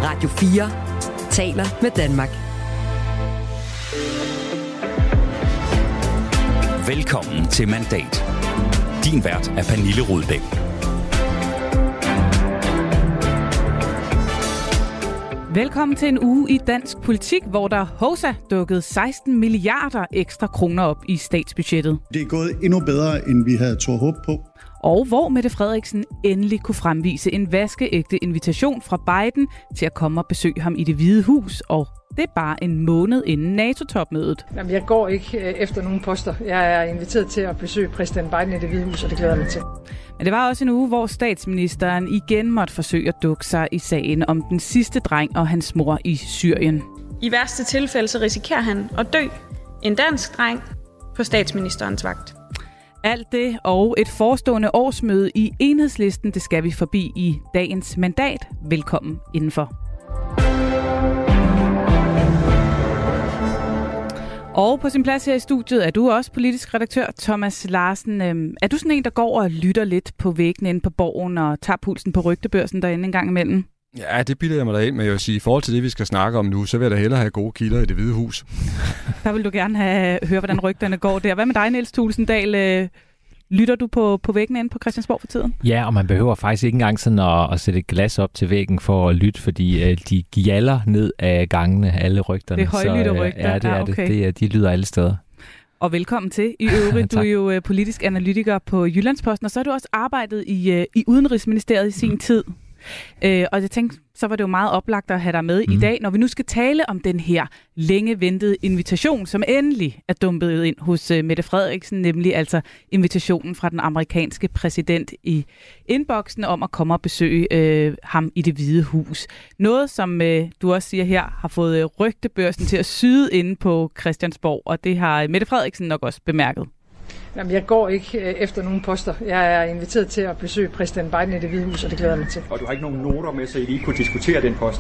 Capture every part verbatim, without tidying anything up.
Radio fire taler med Danmark. Velkommen til Mandat. Din vært er Pernille Roddbæk. Velkommen til en uge i dansk politik, hvor der hovsa dukkede seksten milliarder ekstra kroner op i statsbudgettet. Det er gået endnu bedre, end vi havde turde håbe på. Og hvor Mette Frederiksen endelig kunne fremvise en vaskeægte invitation fra Biden til at komme og besøge ham i Det Hvide Hus. Og det er bare en måned inden NATO-topmødet. Jamen, jeg går ikke efter nogen poster. Jeg er inviteret til at besøge præsident Biden i Det Hvide Hus, og det glæder jeg mig til. Men det var også en uge, hvor statsministeren igen måtte forsøge at dukke sig i sagen om den sidste dreng og hans mor i Syrien. I værste tilfælde så risikerer han at dø. En dansk dreng på statsministerens vagt. Alt det og et forestående årsmøde i Enhedslisten, det skal vi forbi i dagens Mandat. Velkommen indenfor. Og på sin plads her i studiet er du også politisk redaktør, Thomas Larsen. Er du sådan en, der går og lytter lidt på væggene inde på Borgen og tager pulsen på rygtebørsen derinde en gang imellem? Ja, det bilder jeg mig da ind, men jeg vil sige, i forhold til det, vi skal snakke om nu, så vil jeg da hellere have gode kilder i Det Hvide Hus. Der vil du gerne have, høre, hvordan rygterne går der. Hvad med dig, Niels Tulsendal? Lytter du på, på væggen inde på Christiansborg for tiden? Ja, og man behøver faktisk ikke engang sådan at, at sætte et glas op til væggen for at lytte, fordi uh, de gjaller ned af gangene, alle rygterne. Det er højlytte rygter? Ja, det er ah, okay. det. det. De lyder alle steder. Og velkommen til. I øvrigt, du er jo politisk analytiker på Jyllandsposten, og så har du også arbejdet i, uh, i Udenrigsministeriet i sin mm. tid. Øh, og jeg tænkte, så var det jo meget oplagt at have dig med mm. i dag, når vi nu skal tale om den her længe ventede invitation, som endelig er dumpet ind hos uh, Mette Frederiksen, nemlig altså invitationen fra den amerikanske præsident i inboxen om at komme og besøge øh, ham i Det Hvide Hus. Noget, som øh, du også siger her, har fået øh, rygtebørsen til at syde inde på Christiansborg, og det har Mette Frederiksen nok også bemærket. Jamen, jeg går ikke efter nogen poster. Jeg er inviteret til at besøge præsident Biden i Det Hvide Hus, og det glæder jeg mig til. Og du har ikke nogen noter med, så I lige kunne diskutere den post?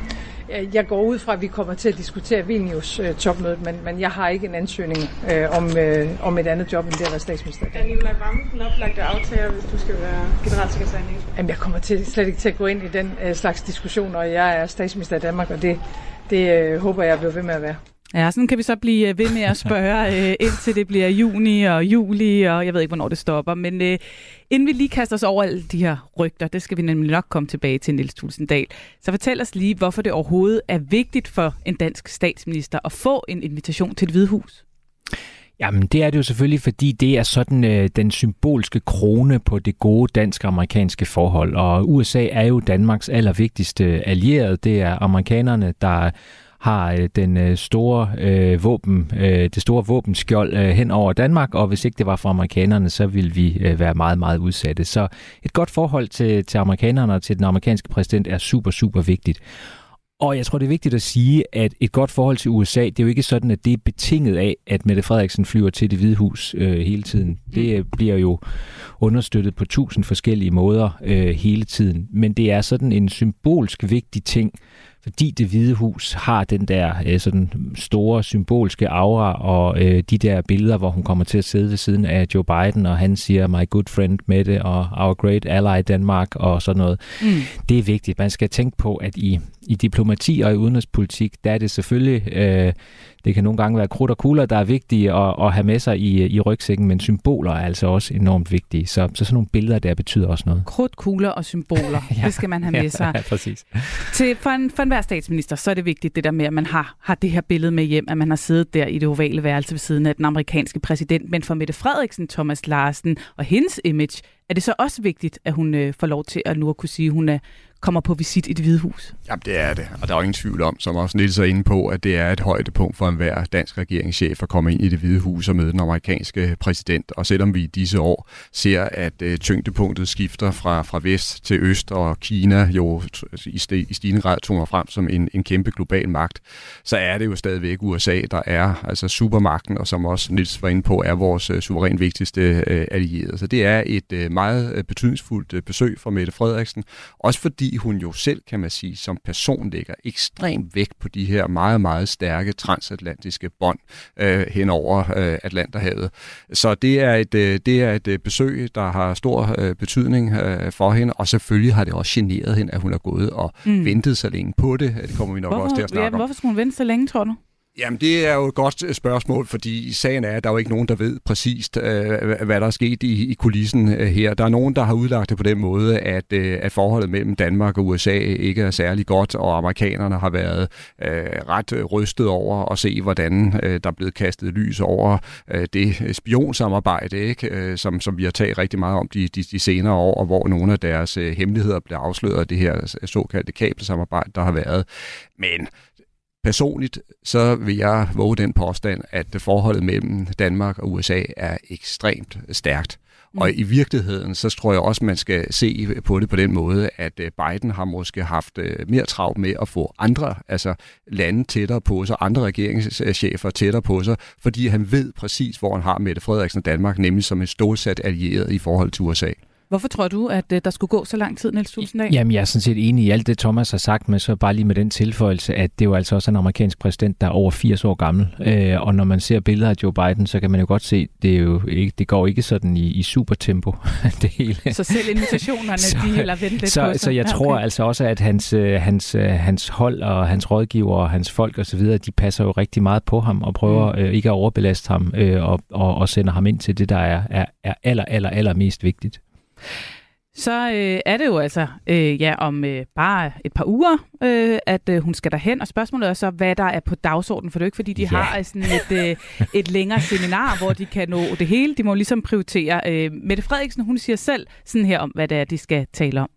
Jeg går ud fra, at vi kommer til at diskutere Vilnius-topmødet, men, men jeg har ikke en ansøgning øh, om, øh, om et andet job, end det at være statsminister. Er Nicolai Wammen den oplagte aftager, hvis du skal være generalsekretær i NATO? Jamen, jeg kommer til, slet ikke til at gå ind i den øh, slags diskussion, og jeg er statsminister i Danmark, og det, det øh, håber jeg bliver ved med at være. Ja, sådan kan vi så blive ved med at spørge, øh, indtil det bliver juni og juli, og jeg ved ikke, hvornår det stopper. Men øh, inden vi lige kaster os over alle de her rygter, det skal vi nemlig nok komme tilbage til, Niels Tulsendal. Så fortæl os lige, hvorfor det overhovedet er vigtigt for en dansk statsminister at få en invitation til Det Hvide Hus. Jamen, det er det jo selvfølgelig, fordi det er sådan øh, den symbolske krone på det gode dansk-amerikanske forhold. Og U S A er jo Danmarks allervigtigste allierede. Det er amerikanerne, der har den øh, store øh, våben, øh, det store våbenskjold øh, hen over Danmark, og hvis ikke det var for amerikanerne, så ville vi øh, være meget, meget udsatte. Så et godt forhold til, til amerikanerne og til den amerikanske præsident er super, super vigtigt. Og jeg tror, det er vigtigt at sige, at et godt forhold til U S A, det er jo ikke sådan, at det er betinget af, at Mette Frederiksen flyver til Det Hvide Hus øh, hele tiden. Det bliver jo understøttet på tusind forskellige måder øh, hele tiden. Men det er sådan en symbolsk vigtig ting, fordi Det Hvide Hus har den der øh, sådan store symbolske aura og øh, de der billeder, hvor hun kommer til at sidde ved siden af Joe Biden, og han siger, my good friend Mette og our great ally Danmark og sådan noget. Mm. Det er vigtigt. Man skal tænke på, at i, i diplomati og i udenrigspolitik, der er det selvfølgelig, øh, det kan nogle gange være krudt og kugler, der er vigtige at, at have med sig i, i rygsækken, men symboler er altså også enormt vigtige. Så, så sådan nogle billeder der betyder også noget. Krudt, kugler og symboler, ja, det skal man have med sig. Ja, præcis. Til, for, en, for enhver statsminister, så er det vigtigt det der med, at man har, har det her billede med hjem, at man har siddet der i det ovale værelse ved siden af den amerikanske præsident. Men for Mette Frederiksen, Thomas Larsen og hendes image, er det så også vigtigt, at hun øh, får lov til at nu at kunne sige, at hun er kommer på visit i Det Hvide Hus? Jamen, det er det. Og der er jo ingen tvivl om, som også Niels er inde på, at det er et højdepunkt for enhver dansk regeringschef at komme ind i Det Hvide Hus og møde den amerikanske præsident. Og selvom vi i disse år ser, at øh, tyngdepunktet skifter fra, fra vest til øst, og Kina jo i, st- i stigende grad toner frem som en, en kæmpe global magt, så er det jo stadigvæk U S A, der er altså supermagten, og som også Niels var inde på, er vores øh, suverænt vigtigste øh, allierede. Så det er et øh, meget betydningsfuldt øh, besøg fra Mette Frederiksen, også fordi fordi hun jo selv, kan man sige, som person lægger ekstremt vægt på de her meget, meget stærke transatlantiske bånd øh, hen over øh, Atlanterhavet. Så det er et, øh, det er et øh, besøg, der har stor øh, betydning øh, for hende, og selvfølgelig har det også generet hende, at hun er gået og mm. ventet så længe på det. Det kommer vi nok hvorfor, også til at snakke ja, om. Hvorfor skulle hun vente så længe, tror du? Jamen, det er jo et godt spørgsmål, fordi sagen er, at der er jo ikke nogen, der ved præcist, øh, hvad der er sket i, i kulissen øh, her. Der er nogen, der har udlagt det på den måde, at, øh, at forholdet mellem Danmark og U S A ikke er særlig godt, og amerikanerne har været øh, ret rystet over at se, hvordan øh, der er blevet kastet lys over øh, det spionsamarbejde, ikke? Øh, som, som vi har talt rigtig meget om de, de, de senere år, og hvor nogle af deres øh, hemmeligheder bliver afsløret af det her såkaldte kabelsamarbejde, der har været. Men personligt, så vil jeg våge den påstand, at forholdet mellem Danmark og U S A er ekstremt stærkt. Mm. Og i virkeligheden, så tror jeg også, man skal se på det på den måde, at Biden har måske haft mere travlt med at få andre altså lande tættere på sig, andre regeringschefer tættere på sig, fordi han ved præcis, hvor han har Mette Frederiksen og Danmark, nemlig som en stålsat allieret i forhold til U S A. Hvorfor tror du, at der skulle gå så lang tid, Niels Thulesen Dahl? Jamen, jeg er sådan set enig i alt det, Thomas har sagt, men så bare lige med den tilføjelse, at det er jo altså også en amerikansk præsident, der er over firs år gammel. Øh, og når man ser billeder af Joe Biden, så kan man jo godt se, det er jo ikke, det går ikke sådan i, i supertempo, det hele. Så selv invitationerne, så, de heller vente lidt så, på sig. Så jeg ja, okay. tror altså også, at hans, hans, hans hold og hans rådgiver og hans folk osv., de passer jo rigtig meget på ham og prøver mm. øh, ikke at overbelaste ham øh, og, og, og sender ham ind til det, der er, er, er aller, aller, aller mest vigtigt. Så øh, er det jo altså øh, ja, om øh, bare et par uger, øh, at øh, hun skal derhen, og spørgsmålet er så, hvad der er på dagsordenen, for det er jo ikke, fordi de ja. har sådan et, øh, et længere seminar, hvor de kan nå det hele. De må ligesom prioritere. Øh, Mette Frederiksen, hun siger selv sådan her om, hvad det er, de skal tale om.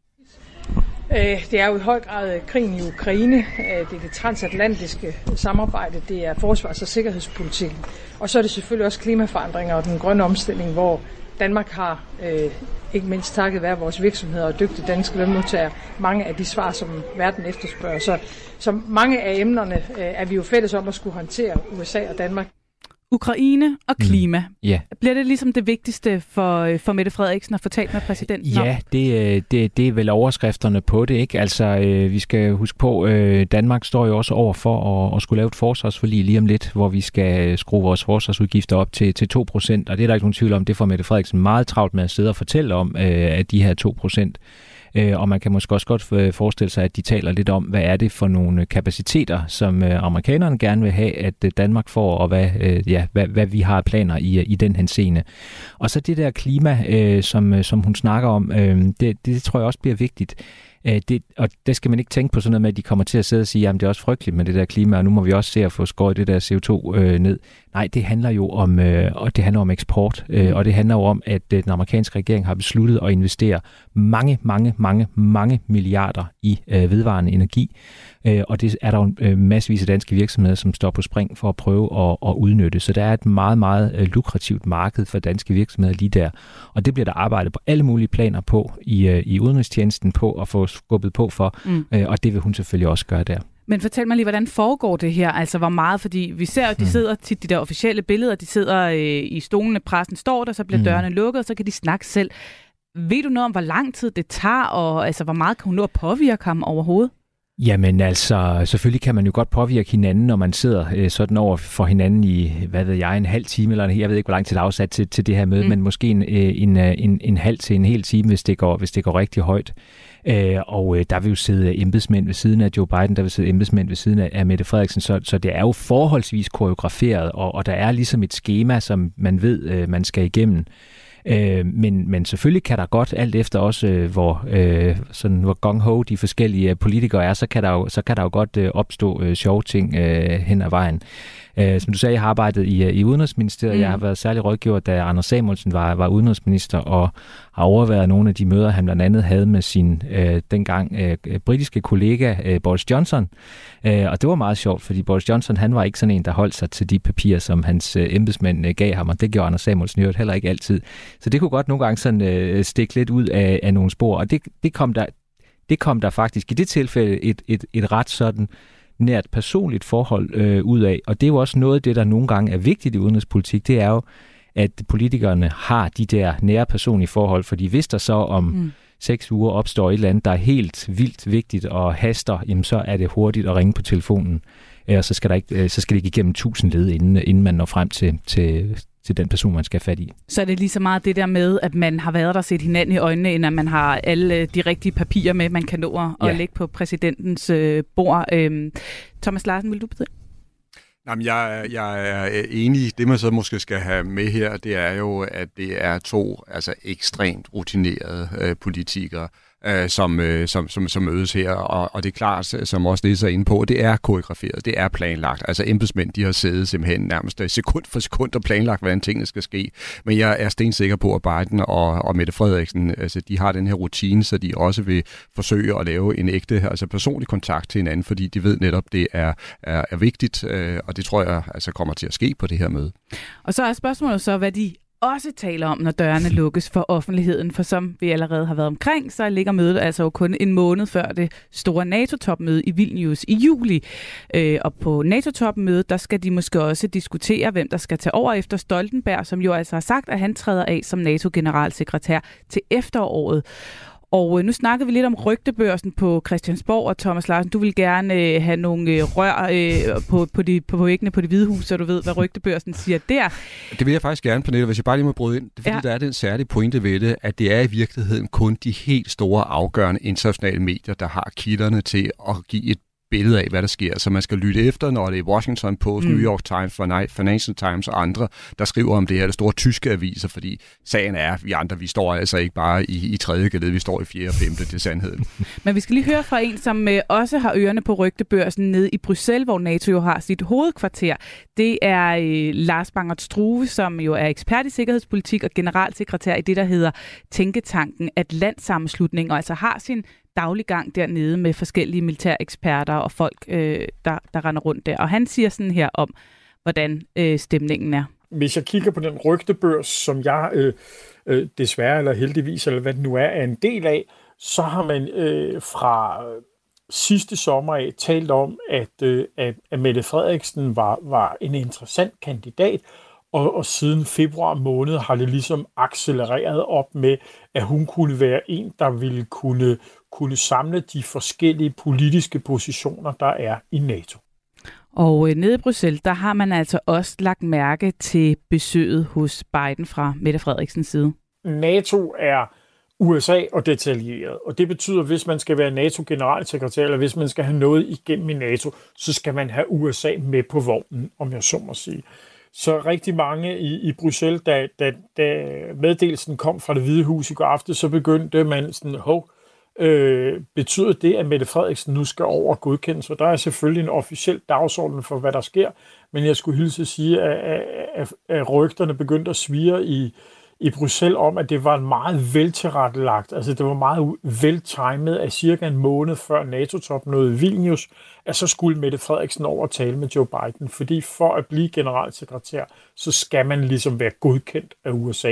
Det er jo i høj grad krigen i Ukraine, det er det transatlantiske samarbejde, det er forsvars- og sikkerhedspolitikken, og så er det selvfølgelig også klimaforandringer og den grønne omstilling, hvor Danmark har, øh, ikke mindst takket være vores virksomheder og dygtige danske lønmodtagere, mange af de svar, som verden efterspørger. Så, så mange af emnerne øh, er vi jo fælles om at skulle håndtere U S A og Danmark. Ukraine og klima. Mm. Yeah. Bliver det ligesom det vigtigste for, for Mette Frederiksen at få talt med præsidenten ja, om? det, det, det er vel overskrifterne på det, ikke? Altså, øh, vi skal huske på, øh, Danmark står jo også over for at, at skulle lave et forsvarsforlig lige om lidt, hvor vi skal skrue vores forsvarsudgifter op til, til to procent, og det er der ikke nogen tvivl om, det får Mette Frederiksen meget travlt med at sidde og fortælle om, øh, at de her to procent. Og man kan måske også godt forestille sig, at de taler lidt om, hvad er det for nogle kapaciteter, som amerikanerne gerne vil have, at Danmark får, og hvad, ja, hvad, hvad vi har planer i, i den henseende. Og så det der klima, som, som hun snakker om, det, det tror jeg også bliver vigtigt. Det, og det skal man ikke tænke på sådan noget med, at de kommer til at sidde og sige, at det er også frygteligt med det der klima, og nu må vi også se at få skåret det der C O to øh, ned. Nej, det handler jo om, øh, og det handler om eksport, øh, og det handler jo om, at øh, den amerikanske regering har besluttet at investere mange, mange, mange, mange milliarder i øh, vedvarende energi, øh, og det er der jo øh, massevis af danske virksomheder, som står på spring for at prøve at, at udnytte. Så der er et meget, meget øh, lukrativt marked for danske virksomheder lige der, og det bliver der arbejdet på alle mulige planer på i, øh, i udenrigstjenesten på at få skubbet på for, mm. øh, og det vil hun selvfølgelig også gøre der. Men fortæl mig lige, hvordan foregår det her? Altså, hvor meget? Fordi vi ser, at de sidder til de der officielle billeder, de sidder øh, i stolene, pressen står der, så bliver mm. dørene lukket, og så kan de snakke selv. Ved du noget om, hvor lang tid det tager, og altså, hvor meget kan hun nå at påvirke ham overhovedet? Jamen altså, selvfølgelig kan man jo godt påvirke hinanden, når man sidder øh, sådan over for hinanden i, hvad ved jeg, en halv time, eller en, jeg ved ikke, hvor lang tid det er afsat til, til det her møde, mm. men måske en, en, en, en halv til en hel time, hvis det går, hvis det går rigtig højt. Øh, og øh, der vil jo sidde embedsmænd ved siden af Joe Biden, der vil sidde embedsmænd ved siden af, af Mette Frederiksen, så, så det er jo forholdsvis koreograferet, og, og der er ligesom et skema, som man ved, øh, man skal igennem. Øh, men, men selvfølgelig kan der godt, alt efter også, øh, hvor, øh, sådan, hvor gung-ho de forskellige politikere er, så kan der jo, så kan der jo godt øh, opstå øh, sjove ting øh, hen ad vejen. Øh, som du sagde, jeg har arbejdet i, i Udenrigsministeriet. Mm. Jeg har været særlig rådgiver, da Anders Samuelsen var, var udenrigsminister, og har overværet nogle af de møder, han blandt andet havde med sin øh, dengang øh, britiske kollega øh, Boris Johnson. Øh, og det var meget sjovt, fordi Boris Johnson, han var ikke sådan en, der holdt sig til de papirer, som hans øh, embedsmænd øh, gav ham, og det gjorde Anders Samuelsen jo heller ikke altid. Så det kunne godt nogle gange sådan øh, stikke lidt ud af, af nogle spor, og det, det, kom der, det kom der faktisk i det tilfælde et, et, et ret sådan nært personligt forhold øh, ud af. Og det er jo også noget af det, der nogle gange er vigtigt i udenrigspolitik, det er jo, at politikerne har de der nære personlige forhold, fordi hvis der så om mm. seks uger opstår et eller andet, der er helt vildt vigtigt og haster, jamen så er det hurtigt at ringe på telefonen, og så skal, der ikke, så skal det ikke igennem tusind led, inden, inden man når frem til, til, til den person, man skal have fat i. Så er det lige så meget det der med, at man har været der og set hinanden i øjnene, end at man har alle de rigtige papirer med, man kan nå at ja. lægge på præsidentens øh, bord. Øhm, Thomas Larsen, vil du byde? Jamen, jeg, jeg er enig. Det, man så måske skal have med her, det er jo, at det er to altså ekstremt rutinerede øh, politikere, øh, som, øh, som, som, som mødes her. Og, og det er klart, som også det er inde på, det er koreograferet, det er planlagt. Altså embedsmænd, de har siddet simpelthen nærmest sekund for sekund og planlagt, hvordan tingene skal ske. Men jeg er stensikker på, at Biden og, og Mette Frederiksen, altså, de har den her rutine, så de også vil forsøge at lave en ægte, altså personlig kontakt til hinanden, fordi de ved netop, det er, er, er vigtigt, øh, og det tror jeg altså kommer til at ske på det her møde. Og så er spørgsmålet så, hvad de også taler om, når dørene lukkes for offentligheden, for som vi allerede har været omkring, så ligger mødet altså jo kun en måned før det store NATO-topmøde i Vilnius i juli. Øh, og på NATO-topmødet, der skal de måske også diskutere, hvem der skal tage over efter Stoltenberg, som jo altså har sagt, at han træder af som NATO-generalsekretær til efteråret. Og nu snakkede vi lidt om rygtebørsen på Christiansborg, og Thomas Larsen, du vil gerne øh, have nogle øh, rør øh, på, på, de, på væggene på Det Hvide Hus, så du ved, hvad rygtebørsen siger der. Det vil jeg faktisk gerne, Pernille, hvis jeg bare lige må bryde ind. Det er fordi, ja. der er den særlige pointe ved det, at det er i virkeligheden kun de helt store, afgørende internationale medier, der har kilderne til at give et billede af, hvad der sker. Så man skal lytte efter, når det er Washington Post, mm. New York Times, Financial Times og andre, der skriver om det her, det store tyske aviser, fordi sagen er, at vi andre, vi står altså ikke bare i, i tredje geled, vi står i fjerde og femte, det er sandheden. Men vi skal lige høre fra en, som øh, også har ørerne på rygtebørsen nede i Bruxelles, hvor NATO jo har sit hovedkvarter. Det er øh, Lars Bangert Struve, som jo er ekspert i sikkerhedspolitik og generalsekretær i det, der hedder Tænketanken Atlantsammenslutning, og altså har sin daglig gang dernede med forskellige militæreksperter og folk, øh, der, der render rundt der. Og han siger sådan her om, hvordan øh, stemningen er. Hvis jeg kigger på den rygtebørs, som jeg øh, øh, desværre eller heldigvis, eller hvad det nu er, er en del af, så har man øh, fra sidste sommer af talt om, at, øh, at, at Mette Frederiksen var, var en interessant kandidat, og, og siden februar måned har det ligesom accelereret op med, at hun kunne være en, der ville kunne, kunne samle de forskellige politiske positioner, der er i NATO. Og øh, nede i Bruxelles, der har man altså også lagt mærke til besøget hos Biden fra Mette Frederiksens side. NATO er U S A og detaljeret, og det betyder, at hvis man skal være NATO-generalsekretær, eller hvis man skal have noget igennem i NATO, så skal man have U S A med på vognen, om jeg så må sige. Så rigtig mange i, i Bruxelles, da, da, da meddelelsen kom fra Det Hvide Hus i går aftes, så begyndte man sådan, hov, øh, betyder det, at Mette Frederiksen nu skal over og godkendes? Og der er selvfølgelig en officiel dagsorden for, hvad der sker, men jeg skulle hilse at sige, at, at, at rygterne begyndte at svire i, i Bruxelles om, at det var meget veltilrettelagt, altså det var meget veltimet, at cirka en måned før NATO-topmødet i Vilnius, at så skulle Mette Frederiksen over og tale med Joe Biden, fordi for at blive generalsekretær, så skal man ligesom være godkendt af U S A.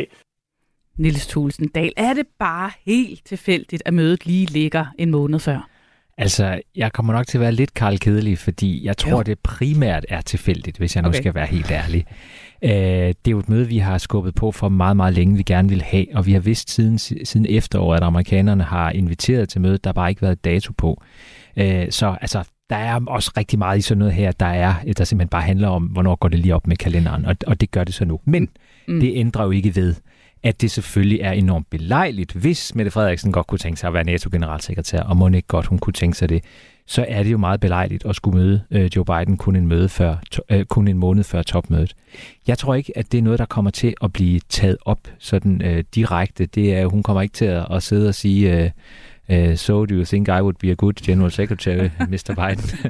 Niels Thulesen Dahl, er det bare helt tilfældigt, at mødet lige ligger en måned før? Altså, jeg kommer nok til at være lidt karlkedelig, fordi jeg tror, jo. det primært er tilfældigt, hvis jeg nu okay. skal være helt ærlig. Uh, det er jo et møde, vi har skubbet på for meget, meget længe, vi gerne vil have, og vi har vidst siden, siden efteråret, at amerikanerne har inviteret til mødet, der har bare ikke været dato på. Uh, så altså, der er også rigtig meget i sådan noget her, der er, der simpelthen bare handler om, hvornår går det lige op med kalenderen, og, og det gør det så nu. Men mm. det ændrer jo ikke ved, at det selvfølgelig er enormt belejligt, hvis Mette Frederiksen godt kunne tænke sig at være NATO-generalsekretær, og må ikke godt hun kunne tænke sig det, så er det jo meget belejligt at skulle møde øh, Joe Biden kun en, møde før, to, øh, kun en måned før topmødet. Jeg tror ikke, at det er noget, der kommer til at blive taget op sådan øh, direkte. Det er, hun kommer ikke til at, at sidde og sige, øh, uh, so do you think I would be a good general secretary, mister Biden?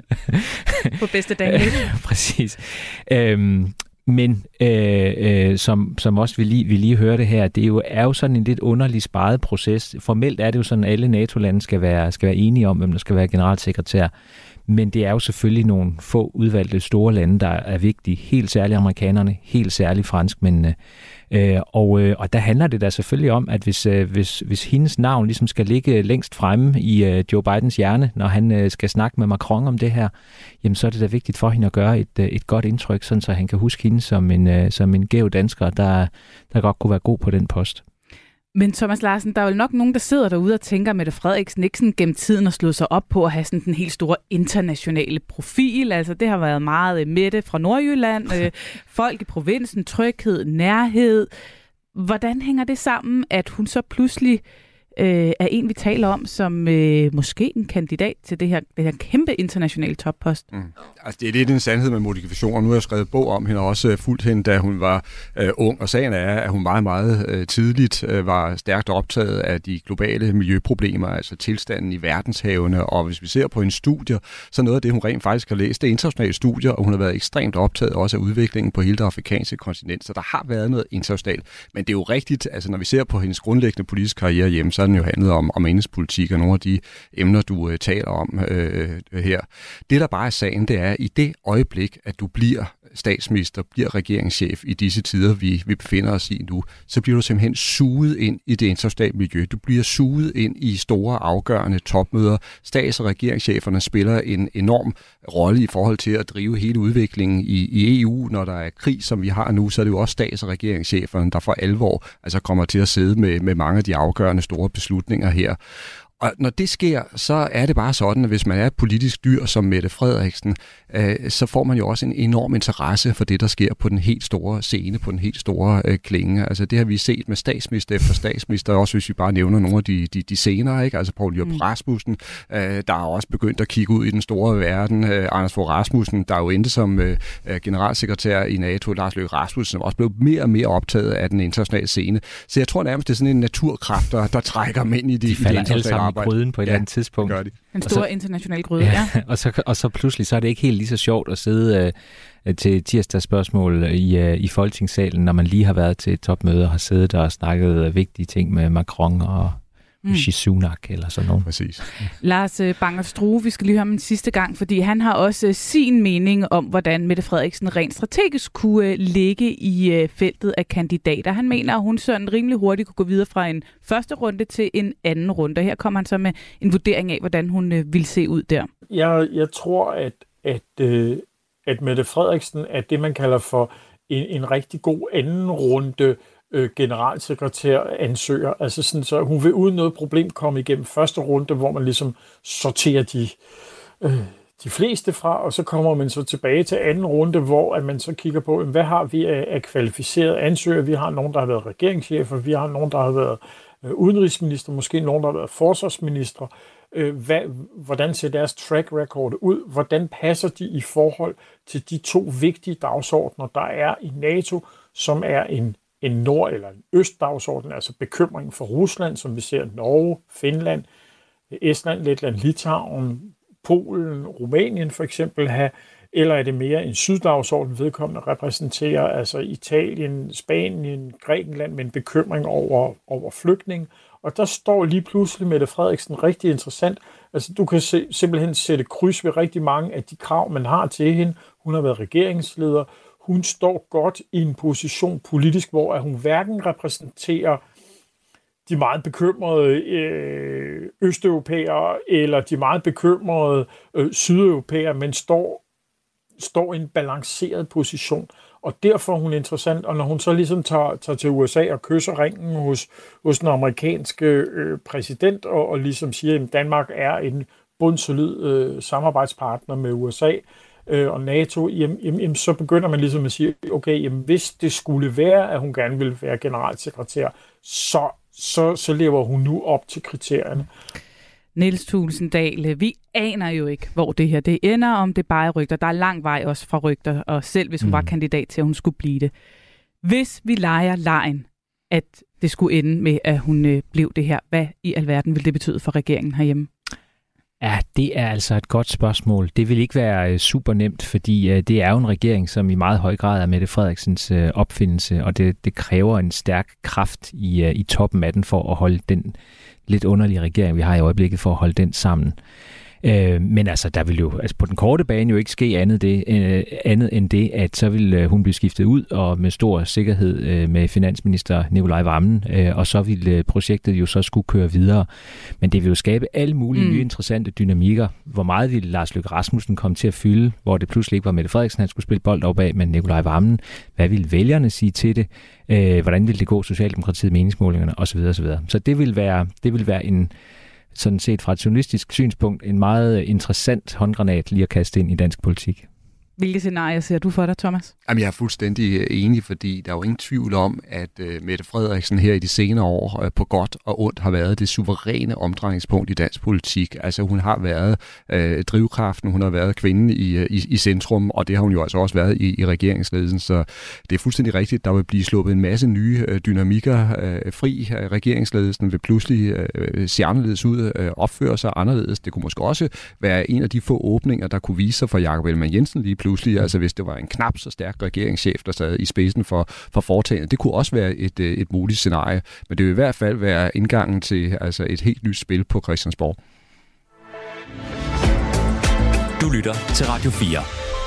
På bedste dag. Præcis. Øhm, Men øh, øh, som, som også vi lige, vi lige hørte her, det er jo, er jo sådan en lidt underlig sparet proces. Formelt er det jo sådan, at alle NATO-lande skal være, skal være enige om, hvem der skal være generalsekretær. Men det er jo selvfølgelig nogle få udvalgte store lande, der er vigtige. Helt særligt amerikanerne, helt særligt franskmændene. Øh, og, øh, og der handler det da selvfølgelig om, at hvis, øh, hvis, hvis hendes navn ligesom skal ligge længst fremme i øh, Joe Bidens hjerne, når han øh, skal snakke med Macron om det her, jamen så er det da vigtigt for hende at gøre et, øh, et godt indtryk, sådan så han kan huske hende som en, øh, som en gæv dansker, der, der godt kunne være god på den post. Men Thomas Larsen, der er jo nok nogen, der sidder derude og tænker, at Mette Frederiksen ikke sådan gennem tiden har slået sig op på at have sådan den helt store internationale profil. Altså det har været meget Mette fra Nordjylland, øh, folk i provinsen, tryghed, nærhed. Hvordan hænger det sammen, at hun så pludselig øh, er en, vi taler om, som øh, måske en kandidat til det her, det her kæmpe internationale toppost? Mm. Altså, det er lidt en sandhed med modifikationer. Nu har jeg skrevet bog om hende og også fulgt hende, da hun var øh, ung. Og sagen er, at hun meget, meget øh, tidligt øh, var stærkt optaget af de globale miljøproblemer, altså tilstanden i verdenshavene. Og hvis vi ser på hendes studier, så noget af det, hun rent faktisk har læst, det er internationale studier, og hun har været ekstremt optaget også af udviklingen på hele det afrikanske kontinent. Så der har været noget internationalt. Men det er jo rigtigt, altså når vi ser på hendes grundlæggende politiske karriere hjemme, så har den jo handlet om, om indrigspolitik og nogle af de emner, du øh, taler om øh, her. Det, der bare er sagen, det er, i det øjeblik, at du bliver statsminister, bliver regeringschef i disse tider, vi, vi befinder os i nu, så bliver du simpelthen suget ind i det internationale miljø. Du bliver suget ind i store, afgørende topmøder. Stats- og regeringscheferne spiller en enorm rolle i forhold til at drive hele udviklingen i, i E U. Når der er krig, som vi har nu, så er det jo også stats- og regeringscheferne, der for alvor altså kommer til at sidde med, med mange af de afgørende store beslutninger her. Og når det sker, så er det bare sådan, at hvis man er et politisk dyr som Mette Frederiksen, øh, så får man jo også en enorm interesse for det, der sker på den helt store scene, på den helt store øh, klinge. Altså det har vi set med statsminister efter statsminister, også hvis vi bare nævner nogle af de, de, de senere, ikke? Altså Poul Nyrup Rasmussen, øh, der er også begyndt at kigge ud i den store verden. Øh, Anders Fogh Rasmussen, der jo endte som øh, generalsekretær i NATO, Lars Løkke Rasmussen, som også blev mere og mere optaget af den internationale scene. Så jeg tror nærmest, det er sådan en naturkraft, der, der trækker dem ind i de, de falder i de internationale i gryden på et ja, eller andet tidspunkt. Det gør de. En stor så, international gryde, ja. ja. og, så, og så pludselig, så er det ikke helt lige så sjovt at sidde øh, til tirsdagsspørgsmål i, øh, i Folketingssalen, når man lige har været til et topmøde og har siddet og snakket vigtige ting med Macron og Rishi Sunak eller sådan noget. Præcis. Lars Bang og Strue, vi skal lige høre om en sidste gang, fordi han har også sin mening om, hvordan Mette Frederiksen rent strategisk kunne ligge i feltet af kandidater. Han mener, at hun sådan rimelig hurtigt kunne gå videre fra en første runde til en anden runde. Her kommer han så med en vurdering af, hvordan hun vil se ud der. Jeg, jeg tror, at, at, at Mette Frederiksen er det, man kalder for en, en rigtig god anden runde generalsekretær ansøger. Altså sådan, så hun vil uden noget problem komme igennem første runde, hvor man ligesom sorterer de, øh, de fleste fra, og så kommer man så tilbage til anden runde, hvor at man så kigger på, hvad har vi af, af kvalificerede ansøgere. Vi har nogen, der har været regeringschefer, vi har nogen, der har været øh, udenrigsminister, måske nogen, der har været forsvarsministre. Øh, hvad, hvordan ser deres track record ud? Hvordan passer de i forhold til de to vigtige dagsordner, der er i NATO, som er en en nord- eller en østdagsorden, altså bekymring for Rusland, som vi ser Norge, Finland, Estland, Letland, Litauen, Polen, Rumænien for eksempel have, eller er det mere en syddagsorden, vedkommende repræsenterer, altså Italien, Spanien, Grækenland, med en bekymring over, over flygtning. Og der står lige pludselig Mette Frederiksen rigtig interessant. Altså du kan se, simpelthen sætte kryds ved rigtig mange af de krav, man har til hende. Hun har været regeringsleder. Hun står godt i en position politisk, hvor hun hverken repræsenterer de meget bekymrede øh, østeuropæere eller de meget bekymrede øh, sydeuropæere, men står, står i en balanceret position. Og derfor er hun interessant, og når hun så ligesom tager, tager til U S A og kysser ringen hos, hos den amerikanske øh, præsident, og, og ligesom siger, at Danmark er en bundsolid øh, samarbejdspartner med U S A, og NATO, jamen, jamen, så begynder man ligesom at sige, okay, jamen, hvis det skulle være, at hun gerne vil være generalsekretær, så, så, så lever hun nu op til kriterierne. Niels Tulsendal, vi aner jo ikke, hvor det her det ender, om det bare er rygter. Der er lang vej også fra rygter, og selv hvis hun mm. var kandidat til, at hun skulle blive det. Hvis vi leger lejen, at det skulle ende med, at hun øh, blev det her, hvad i alverden vil det betyde for regeringen herhjemme? Ja, det er altså et godt spørgsmål. Det vil ikke være super nemt, fordi det er jo en regering, som i meget høj grad er Mette Frederiksens opfindelse, og det, det kræver en stærk kraft i, i toppen af den for at holde den lidt underlige regering, vi har i øjeblikket, for at holde den sammen. Øh, men altså, der vil jo altså på den korte bane jo ikke ske andet, det, øh, andet end det, at så vil øh, hun blive skiftet ud, og med stor sikkerhed øh, med finansminister Nicolai Wammen, øh, og så vil øh, projektet jo så skulle køre videre. Men det vil jo skabe alle mulige mm. nye interessante dynamikker. Hvor meget ville Lars Løkke Rasmussen komme til at fylde, hvor det pludselig ikke var Mette Frederiksen, han skulle spille bold op af, men Nicolai Wammen. Hvad ville vælgerne sige til det? Øh, hvordan ville det gå Socialdemokratiet, meningsmålingerne osv. osv. Så det vil være, det vil være en, sådan set fra et journalistisk synspunkt, en meget interessant håndgranat lige at kaste ind i dansk politik. Hvilke scenarier ser du for dig, Thomas? Jamen, jeg er fuldstændig enig, fordi der er jo ingen tvivl om, at uh, Mette Frederiksen her i de senere år uh, på godt og ondt har været det suveræne omdrejningspunkt i dansk politik. Altså, hun har været uh, drivkraften, hun har været kvinden i, uh, i, i centrum, og det har hun jo altså også været i, i regeringsledelsen. Så det er fuldstændig rigtigt, der vil blive sluppet en masse nye uh, dynamikker uh, fri. Uh, regeringsledelsen vil pludselig uh, se anderledes ud, uh, opføre sig anderledes. Det kunne måske også være en af de få åbninger, der kunne vise sig for Jakob Ellemann-Jensen lige pludselig, altså hvis det var en knap så stærk regeringschef, der sad i spidsen for, for foretagendet. Det kunne også være et, et muligt scenarie, men det vil i hvert fald være indgangen til altså et helt nyt spil på Christiansborg. Du lytter til Radio fire.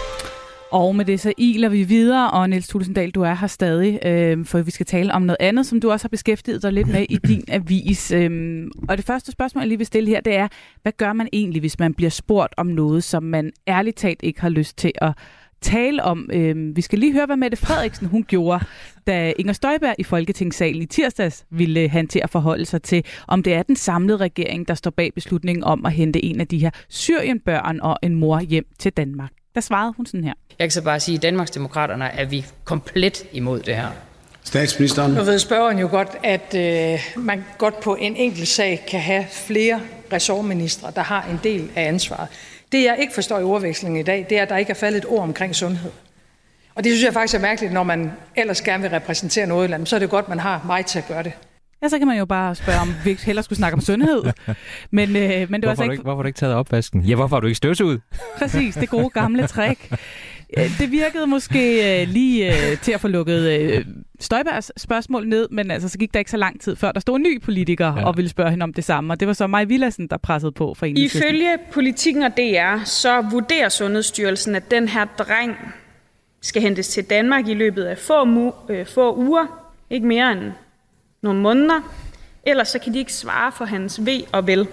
Og med det så iler vi videre, og Niels Tulsendal, du er her stadig, øh, for vi skal tale om noget andet, som du også har beskæftiget dig lidt med i din avis. Øh, og det første spørgsmål, jeg lige vil stille her, det er, hvad gør man egentlig, hvis man bliver spurgt om noget, som man ærligt talt ikke har lyst til at tale om? Øh, vi skal lige høre, hvad Mette Frederiksen hun gjorde, da Inger Støjberg i Folketingssalen i tirsdags ville han til at forholde sig til, om det er den samlede regering, der står bag beslutningen om at hente en af de her Syrienbørn og en mor hjem til Danmark. Der svarede hun sådan her. Jeg kan så bare sige, at i Danmarksdemokraterne er vi komplet imod det her. Statsministeren. Nu ved spørgeren jo godt, at øh, man godt på en enkelt sag kan have flere ressortministre, der har en del af ansvaret. Det jeg ikke forstår i ordvekslingen i dag, det er, at der ikke er faldet et ord omkring sundhed. Og det synes jeg faktisk er mærkeligt, når man ellers gerne vil repræsentere noget eller andet, så er det godt, man har mig til at gøre det. Ja, så kan man jo bare spørge, om vi hellere skulle snakke om sundhed. Men, øh, men det var hvorfor, altså ikke... ikke... hvorfor har du ikke taget opvasken? Ja, hvorfor har du ikke støvsuget? Præcis, det gode gamle trick. Det virkede måske øh, lige øh, til at få lukket øh, Støjbergs spørgsmål ned, men altså, så gik der ikke så lang tid før, der stod en ny politiker ja. og ville spørge hende om det samme. Og det var så Mai Villadsen, der pressede på for en. Ifølge Politikken og D R, så vurderer Sundhedsstyrelsen, at den her dreng skal hentes til Danmark i løbet af få, mu- øh, få uger, ikke mere end nogle måneder, ellers så kan de ikke svare for hans ve og vel.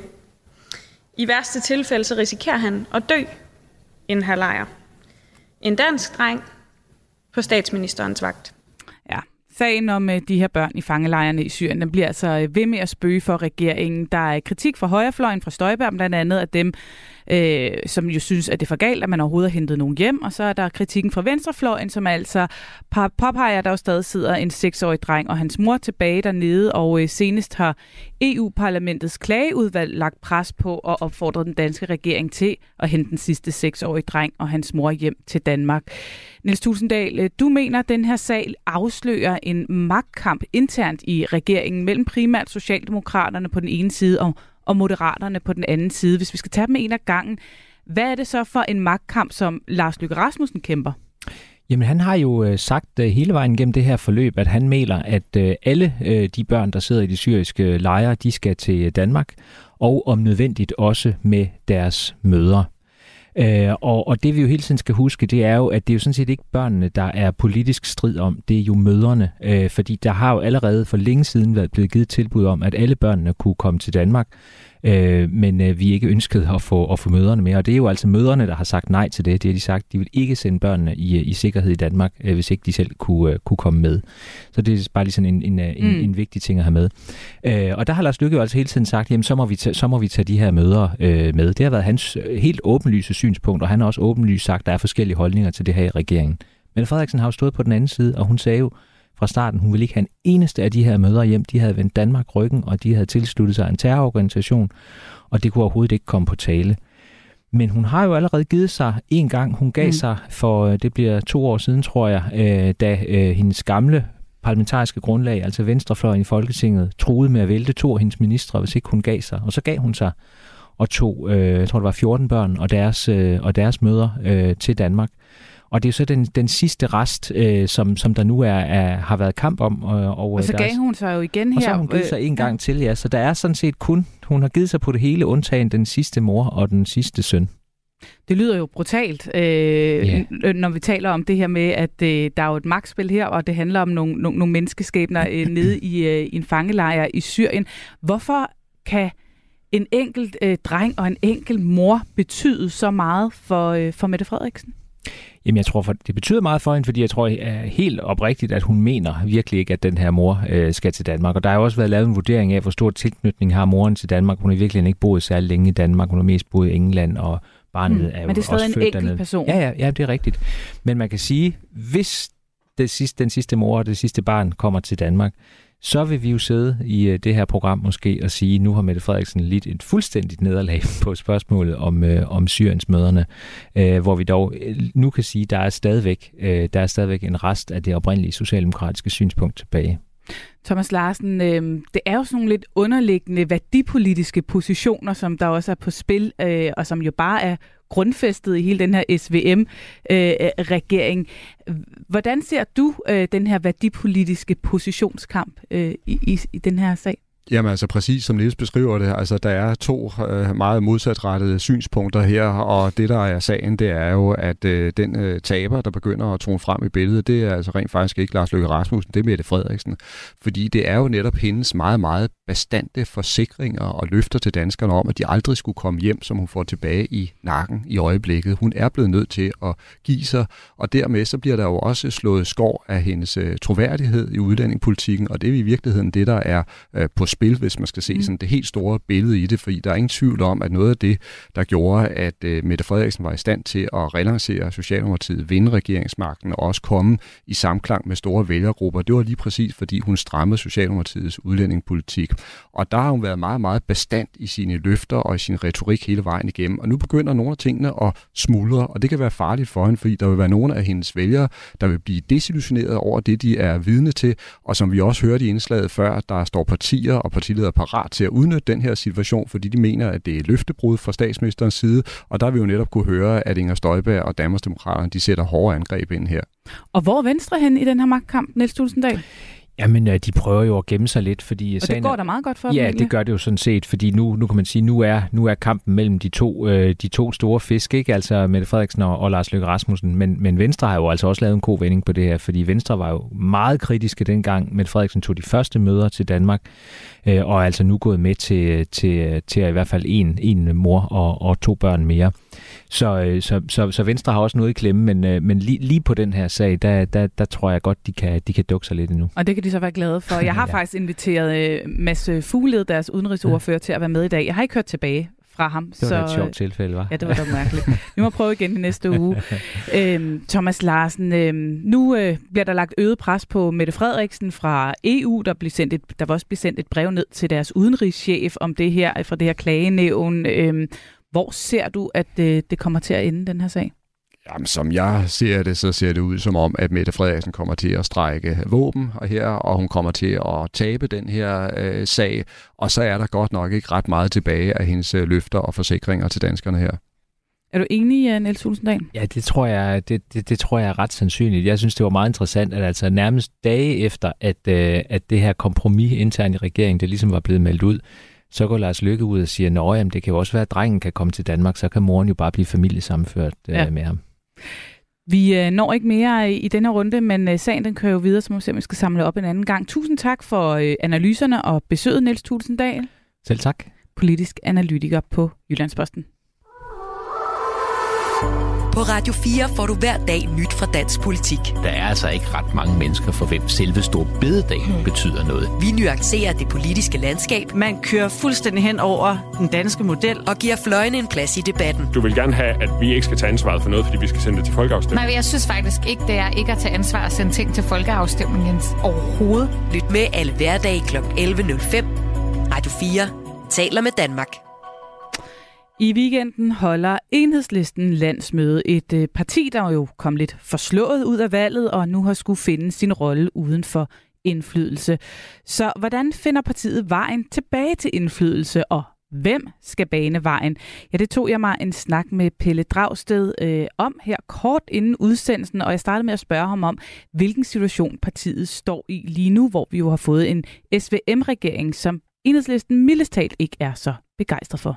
I værste tilfælde så risikerer han at dø i en her lejr. En dansk dreng på statsministerens vagt. Ja, sagen om de her børn i fangelejrene i Syrien, den bliver altså ved med at spøge for regeringen. Der er kritik fra højrefløjen, fra Støjberg blandt andet, af dem, øh, som jo synes, at det er for galt, at man overhovedet har hentet nogen hjem. Og så er der kritikken fra venstrefløjen, som altså påpeger, at der jo stadig sidder en seksårig dreng og hans mor tilbage dernede. Og øh, senest har E U-parlamentets klageudvalg lagt pres på og opfordret den danske regering til at hente den sidste seksårige dreng og hans mor hjem til Danmark. Niels Tulsendal, du mener, at den her sag afslører en magtkamp internt i regeringen mellem primært Socialdemokraterne på den ene side og og Moderaterne på den anden side. Hvis vi skal tage dem en af gangen, hvad er det så for en magtkamp, som Lars Løkke Rasmussen kæmper? Jamen, han har jo sagt hele vejen gennem det her forløb, at han mener, at alle de børn, der sidder i de syriske lejre, de skal til Danmark, og om nødvendigt også med deres mødre. Øh, og, og det vi jo hele tiden skal huske, det er jo, at det er jo sådan set ikke børnene, der er politisk strid om, det er jo mødrene. Øh, fordi der har jo allerede for længe siden været blevet givet tilbud om, at alle børnene kunne komme til Danmark, øh, men øh, vi ikke ønskede at få, at få mødrene med. Og det er jo altså mødrene, der har sagt nej til det. Det har de sagt, de vil ikke sende børnene i, i sikkerhed i Danmark, øh, hvis ikke de selv kunne, øh, kunne komme med. Så det er bare lige sådan en, en, en, mm. en vigtig ting at have med. Øh, og der har Lars Løkke jo altså hele tiden sagt, jamen så må vi tage, så må vi tage de her mødre øh, med. Det har været hans helt åbenlyse synspunkt, og han har også åbenlyst sagt, at der er forskellige holdninger til det her i regeringen. Mette Frederiksen har jo stået på den anden side, og hun sagde jo fra starten, hun ville ikke have en eneste af de her mødre hjem. De havde vendt Danmark ryggen, og de havde tilsluttet sig en terrororganisation, og det kunne overhovedet ikke komme på tale. Men hun har jo allerede givet sig en gang. Hun gav mm. sig for, det bliver to år siden, tror jeg, øh, da øh, hendes gamle parlamentariske grundlag, altså venstrefløjen i Folketinget, truede med at vælte to af hendes ministre, hvis ikke hun gav sig. Og så gav hun sig og tog, øh, jeg tror det var fjorten børn og deres, øh, og deres mødre øh, til Danmark. Og det er så den, den sidste rest, øh, som, som der nu er, er, har været kamp om. Og, og, og så gav hun sig jo igen her. Og så har hun givet sig en gang ja. til, ja. Så der er sådan set kun, hun har givet sig på det hele, undtagen den sidste mor og den sidste søn. Det lyder jo brutalt, øh, yeah. når vi taler om det her med, at øh, der er jo et magtspil her, og det handler om nogle, nogle, nogle menneskeskæbner øh, nede i, øh, i en fangelejr i Syrien. Hvorfor kan en enkelt øh, dreng og en enkelt mor betyde så meget for, øh, for Mette Frederiksen? Jamen, jeg tror, for, det betyder meget for hende, fordi jeg tror er helt oprigtigt, at hun mener virkelig ikke, at den her mor øh, skal til Danmark. Og der har jo også været lavet en vurdering af, hvor stor tilknytning har moren til Danmark. Hun har virkelig ikke boet særlig længe i Danmark. Hun har mest boet i England, og barnet hmm, er jo men det er stadig også en født enkelt dernede. person. Ja, ja, ja, det er rigtigt. Men man kan sige, hvis det sidste, den sidste mor og det sidste barn kommer til Danmark, så vil vi jo sidde i uh, det her program måske og sige, nu har Mette Frederiksen lidt et fuldstændigt nederlag på spørgsmålet om, uh, om Syriens møderne, uh, hvor vi dog uh, nu kan sige, der er stadigvæk, uh, der er stadigvæk en rest af det oprindelige socialdemokratiske synspunkt tilbage. Thomas Larsen, øh, det er jo sådan nogle lidt underliggende værdipolitiske positioner, som der også er på spil, øh, og som jo bare er grundfæstet i hele den her S V M-regering. Øh, Hvordan ser du øh, den her værdipolitiske positionskamp øh, i, i, i den her sag? Jamen altså præcis som Niels beskriver det, altså der er to øh, meget modsatrettede synspunkter her, og det der er sagen, det er jo, at øh, den øh, taber, der begynder at trone frem i billedet, det er altså rent faktisk ikke Lars Løkke Rasmussen, det er Mette Frederiksen, fordi det er jo netop hendes meget, meget bastante forsikringer og løfter til danskerne om, at de aldrig skulle komme hjem, som hun får tilbage i nakken i øjeblikket. Hun er blevet nødt til at give sig, og dermed så bliver der jo også slået skår af hendes øh, troværdighed i udlændingepolitikken, og det er i virkeligheden det, der er øh, på spil, hvis man skal se sådan det helt store billede i det, fordi der er ingen tvivl om, at noget af det, der gjorde, at uh, Mette Frederiksen var i stand til at relancere Socialdemokratiet, vinde regeringsmagten og også komme i samklang med store vælgergrupper, det var lige præcis, fordi hun strammede Socialdemokratiets udlændingepolitik. Og der har hun været meget, meget bastant i sine løfter og i sin retorik hele vejen igennem. Og nu begynder nogle af tingene at smuldre, og det kan være farligt for hende, fordi der vil være nogle af hendes vælgere, der vil blive desillusioneret over det, de er vidne til, og som vi også hørte i indslaget før, der står partier og partiledere parat til at udnytte den her situation, fordi de mener, at det er løftebrud fra statsministerens side, og der vil vi jo netop kunne høre, at Inger Støjberg og Danmarksdemokraterne, de sætter hårde angreb ind her. Og hvor er Venstre hen i den her magtkamp, Niels Tulsendal? Jamen, de prøver jo at gemme sig lidt, fordi... Og det går da meget godt for dem, Ja, egentlig. det gør det jo sådan set, fordi nu, nu kan man sige, nu er, nu er kampen mellem de to, øh, de to store fisk, ikke? Altså Mette Frederiksen og, og Lars Løkke Rasmussen, men, men Venstre har jo altså også lavet en kovending på det her, fordi Venstre var jo meget kritiske dengang Mette Frederiksen tog de første møder til Danmark, øh, og er altså nu gået med til, til, til i hvert fald en, en mor og, og to børn mere. Så, så, så, så Venstre har også noget i klemme, men, men lige, lige på den her sag, der, der, der tror jeg godt, de kan, de kan dukke sig lidt endnu. Og det kan de så være glade for. Jeg har ja. faktisk inviteret uh, Mads Fuglede, deres udenrigsordfører, ja. til at være med i dag. Jeg har ikke hørt tilbage fra ham. Det var så, et sjovt tilfælde, hva'? Ja, det var da mærkeligt. Vi må prøve igen i næste uge. øhm, Thomas Larsen, øhm, nu øh, bliver der lagt øget pres på Mette Frederiksen fra E U. Der, bliver sendt et, der vil også blive sendt et brev ned til deres udenrigschef om det her, fra det her klagenævn. Øhm, Hvor ser du, at det, det kommer til at ende, den her sag? Jamen, som jeg ser det, så ser det ud som om, at Mette Frederiksen kommer til at strække våben og her, og hun kommer til at tabe den her øh, sag. Og så er der godt nok ikke ret meget tilbage af hendes øh, løfter og forsikringer til danskerne her. Er du enig, Niels Tulsendal? Ja, det tror jeg, det, det, det tror jeg er ret sandsynligt. Jeg synes, det var meget interessant, at altså nærmest dage efter, at, øh, at det her kompromis internt i regeringen, det ligesom var blevet meldt ud, så går Lars Løkke ud og siger, at det kan jo også være, at drengen kan komme til Danmark, så kan moren jo bare blive familiesammenført øh, ja. med ham. Vi øh, når ikke mere i, i denne runde, men øh, sagen den kører jo videre, så må vi se, om vi skal samle op en anden gang. Tusind tak for øh, analyserne og besøget, Niels Tulsendal. Selv tak. Politisk analytiker på Jyllandsposten. På Radio fire får du hver dag nyt fra dansk politik. Der er altså ikke ret mange mennesker, for hvem selve store bededag hmm. betyder noget. Vi nuancerer det politiske landskab. Man kører fuldstændig hen over den danske model. Og giver fløjene en plads i debatten. Du vil gerne have, at vi ikke skal tage ansvaret for noget, fordi vi skal sende det til folkeafstemning. Nej, jeg synes faktisk ikke, det er ikke at tage ansvar og sende ting til folkeafstemning, Jens. Overhovedet. Lyt med alle hverdage kl. elleve nul fem. Radio fire taler med Danmark. I weekenden holder Enhedslisten landsmøde, et øh, parti, der jo kom lidt forslået ud af valget, og nu har skulle finde sin rolle uden for indflydelse. Så hvordan finder partiet vejen tilbage til indflydelse, og Hvem skal bane vejen? Ja, det tog jeg mig en snak med Pelle Dragsted øh, om her kort inden udsendelsen, og jeg startede med at spørge ham om, hvilken situation partiet står i lige nu, hvor vi jo har fået en S V M-regering, som Enhedslisten mildest talt ikke er så begejstret for.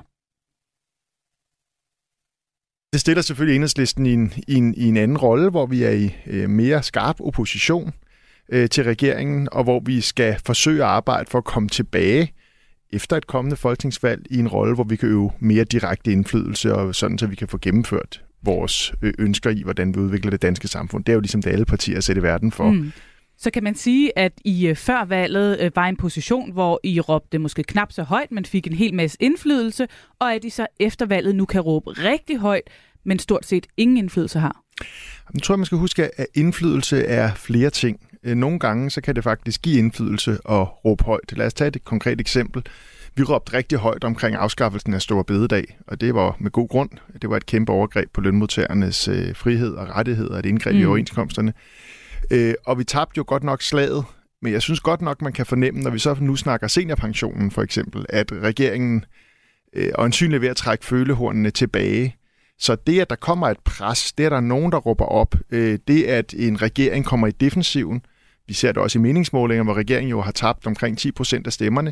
Det stiller selvfølgelig Enhedslisten i en, i en, i en anden rolle, hvor vi er i øh, mere skarp opposition øh, til regeringen, og hvor vi skal forsøge at arbejde for at komme tilbage efter et kommende folketingsvalg i en rolle, hvor vi kan øve mere direkte indflydelse, og sådan, så vi kan få gennemført vores ønsker i, hvordan vi udvikler det danske samfund. Det er jo ligesom det, alle partier er sat i verden for. Mm. Så kan man sige, at I før valget var en position, hvor I råbte måske knap så højt, men fik en hel masse indflydelse, og at I så efter valget nu kan råbe rigtig højt, men stort set ingen indflydelse har? Jeg tror, man skal huske, at indflydelse er flere ting. Nogle gange så kan det faktisk give indflydelse og råbe højt. Lad os tage et konkret eksempel. Vi råbte rigtig højt omkring afskaffelsen af Store Bededag, og det var med god grund. Det var et kæmpe overgreb på lønmodtagernes øh, frihed og rettigheder, et indgreb mm. i overenskomsterne. Øh, og vi tabte jo godt nok slaget, men jeg synes godt nok, man kan fornemme, når vi så nu snakker seniorpensionen for eksempel, at regeringen øh, er øjensynligt ved at trække følehornene tilbage. Så det, at der kommer et pres, det, at der er nogen, der råber op, øh, det, at en regering kommer i defensiven, vi ser det også i meningsmålinger, hvor regeringen jo har tabt omkring ti procent af stemmerne,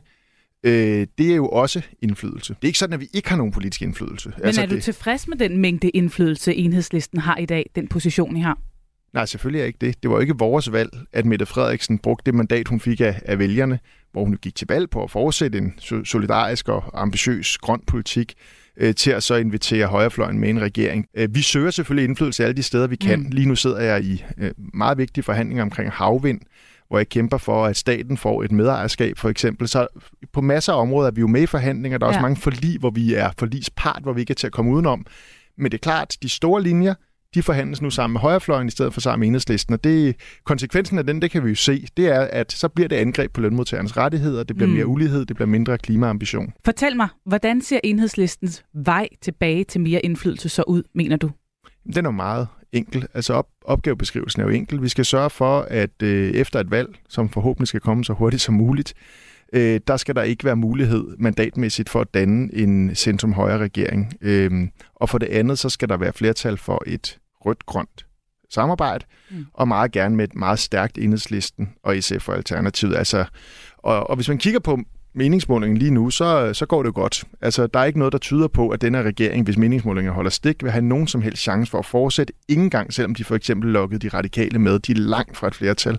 øh, det er jo også indflydelse. Det er ikke sådan, at vi ikke har nogen politisk indflydelse. Men altså, er du det... tilfreds med den mængde indflydelse, Enhedslisten har i dag, den position, I har? Nej, selvfølgelig er ikke det. Det var ikke vores valg, at Mette Frederiksen brugte det mandat, hun fik af, af vælgerne, hvor hun gik til valg på at fortsætte en solidarisk og ambitiøs grøn politik, øh, til at så invitere højrefløjen med en regering. Øh, vi søger selvfølgelig indflydelse alle de steder, vi kan. Mm. Lige nu sidder jeg i øh, meget vigtige forhandlinger omkring havvind, hvor jeg kæmper for, at staten får et medejerskab, for eksempel. Så på masser af områder er vi jo med i forhandlinger. Der er ja. også mange forlig, hvor vi er forligspart, hvor vi ikke er til at komme udenom. Men det er klart, de store linjer, de forhandles nu sammen med højrefløjen i stedet for sammen med Enhedslisten. Og det, konsekvensen af den, det kan vi jo se, det er, at så bliver det angreb på lønmodtagernes rettigheder, det bliver mm. mere ulighed, det bliver mindre klimaambition. Fortæl mig, hvordan ser Enhedslistens vej tilbage til mere indflydelse så ud, mener du? Den er meget enkel. Altså op, opgavebeskrivelsen er jo enkel. Vi skal sørge for, at øh, efter et valg, som forhåbentlig skal komme så hurtigt som muligt, øh, der skal der ikke være mulighed mandatmæssigt for at danne en centrum-højre regering. Øh, og for det andet, så skal der være flertal for et rødt-grønt samarbejde, mm. og meget gerne med et meget stærkt Enhedslisten og S F og Alternativet. Altså, og, og hvis man kigger på meningsmålingen lige nu, så, så går det jo godt. Altså, der er ikke noget, der tyder på, at denne regering, hvis meningsmålingen holder stik, vil have nogen som helst chance for at fortsætte. Ingen gang, selvom de for eksempel lukkede de radikale med. De er langt fra et flertal.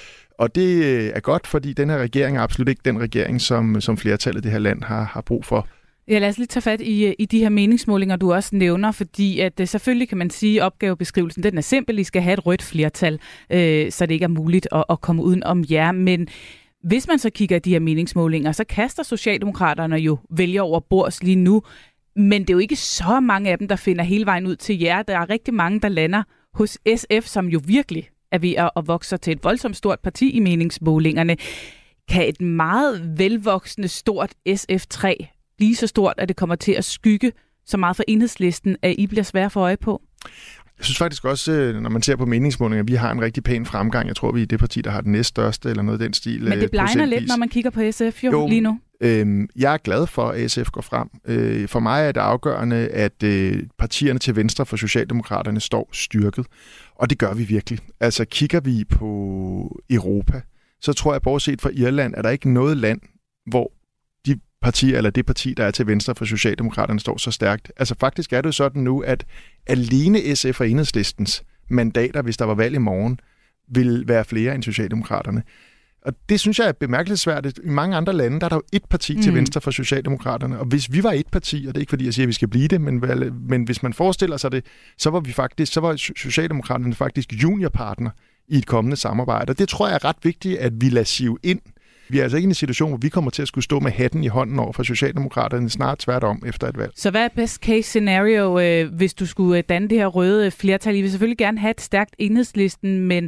Og det er godt, fordi den her regering er absolut ikke den regering, som, som flertallet i det her land har, har brug for. Ja, lad os lige tage fat i, i de her meningsmålinger, du også nævner, fordi at selvfølgelig kan man sige, at opgavebeskrivelsen den er simpel. I skal have et rødt flertal, øh, så det ikke er muligt at, at komme uden om jer. Men hvis man så kigger i de her meningsmålinger, så kaster Socialdemokraterne jo vælger over bords lige nu. Men det er jo ikke så mange af dem, der finder hele vejen ud til jer. Der er rigtig mange, der lander hos S F, som jo virkelig er ved at, at vokse til et voldsomt stort parti i meningsmålingerne. Kan et meget velvoksende stort S F tre blive så stort, at det kommer til at skygge så meget for Enhedslisten, at I bliver svære for øje på? Jeg synes faktisk også, når man ser på meningsmålinger, vi har en rigtig pæn fremgang. Jeg tror, vi er det parti, der har den næststørste, eller noget af den stil. Men det blegner lidt, når man kigger på S F jo, jo lige nu. Øh, jeg er glad for, at S F går frem. Øh, for mig er det afgørende, at øh, partierne til venstre for Socialdemokraterne står styrket. Og det gør vi virkelig. Altså kigger vi på Europa, så tror jeg, bortset fra Irland, er der ikke noget land, hvor de partier, eller det parti, der er til venstre for Socialdemokraterne, står så stærkt. Altså faktisk er det jo sådan nu, at alene S F og Enhedslistens mandater, hvis der var valg i morgen, vil være flere end Socialdemokraterne. Og det synes jeg er bemærkelsesværdigt. I mange andre lande, der er der jo et parti mm. til venstre for Socialdemokraterne. Og hvis vi var et parti, og det er ikke fordi, jeg siger, at vi skal blive det, men, men hvis man forestiller sig det, så var vi faktisk, så var Socialdemokraterne faktisk juniorpartner i et kommende samarbejde. Og det tror jeg er ret vigtigt, at vi lader sive ind. Vi er altså ikke i en situation, hvor vi kommer til at skulle stå med hatten i hånden over for Socialdemokraterne, snart tværtom efter et valg. Så hvad er best case scenario, øh, hvis du skulle danne det her røde flertal? I vil selvfølgelig gerne have et stærkt Enhedslisten, men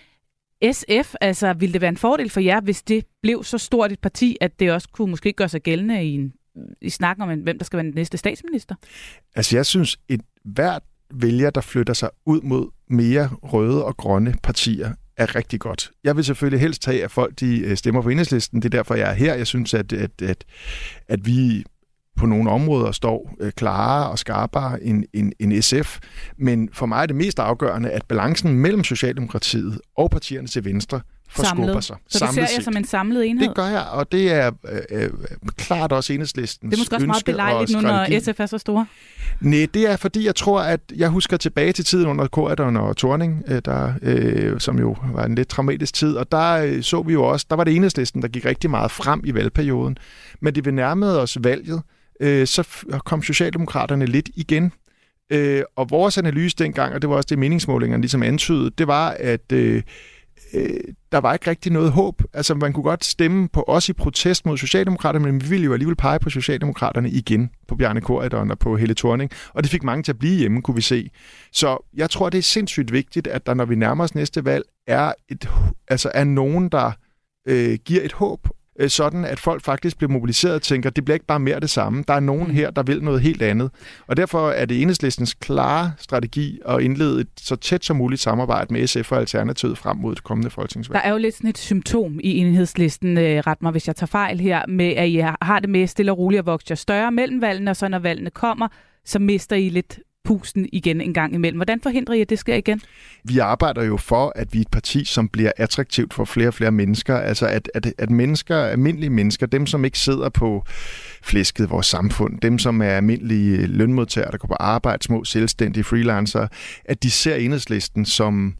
S F, altså ville det være en fordel for jer, hvis det blev så stort et parti, at det også kunne måske gøre sig gældende i, en, i snakken om, hvem der skal være den næste statsminister? Altså jeg synes, et hvert vælger, der flytter sig ud mod mere røde og grønne partier, er rigtig godt. Jeg vil selvfølgelig helst tage, at folk de stemmer på Enhedslisten. Det er derfor, jeg er her. Jeg synes, at, at, at, at vi på nogle områder står øh, klarere og skarpere end, end, end S F. Men for mig er det mest afgørende, at balancen mellem Socialdemokratiet og partierne til venstre forskubber sig. Så det ser jeg som en samlet enhed? Det gør jeg, og det er øh, øh, klart også Enhedslistens. Det er måske også meget belejligt nu, når S F er så store. Nej, det er fordi, jeg tror, at jeg husker tilbage til tiden under Corydon og Thorning, øh, der, øh, som jo var en lidt traumatisk tid, og der øh, så vi jo også, der var det Enhedslisten, der gik rigtig meget frem i valgperioden. Men det vi nærmede os valget, øh, så kom Socialdemokraterne lidt igen. Øh, og vores analyse dengang, og det var også det meningsmålingerne ligesom antydede, det var, at øh, øh, der var ikke rigtig noget håb. Altså, man kunne godt stemme på os i protest mod Socialdemokraterne, men vi ville jo alligevel pege på Socialdemokraterne igen, på Bjarne Corydon og på Helle Thorning, og det fik mange til at blive hjemme, kunne vi se. Så jeg tror, det er sindssygt vigtigt, at der, når vi nærmer os næste valg, er, et, altså, er nogen, der øh, giver et håb, sådan at folk faktisk bliver mobiliseret og tænker, det bliver ikke bare mere det samme. Der er nogen her, der vil noget helt andet. Og derfor er det Enhedslistens klare strategi at indlede et så tæt som muligt samarbejde med S F og Alternativet frem mod det kommende folketingsvalg. Der er jo lidt sådan et symptom i Enhedslisten, ret mig hvis jeg tager fejl her, med at I har det med stille og roligt at vokse større mellem valgene, og så når valgene kommer, så mister I lidt pusten igen en gang imellem. Hvordan forhindrer I, at det sker igen? Vi arbejder jo for, at vi er et parti, som bliver attraktivt for flere og flere mennesker. Altså at, at, at mennesker, almindelige mennesker, dem som ikke sidder på flæsket i vores samfund, dem som er almindelige lønmodtagere, der går på arbejde, små selvstændige freelancer, at de ser Enhedslisten som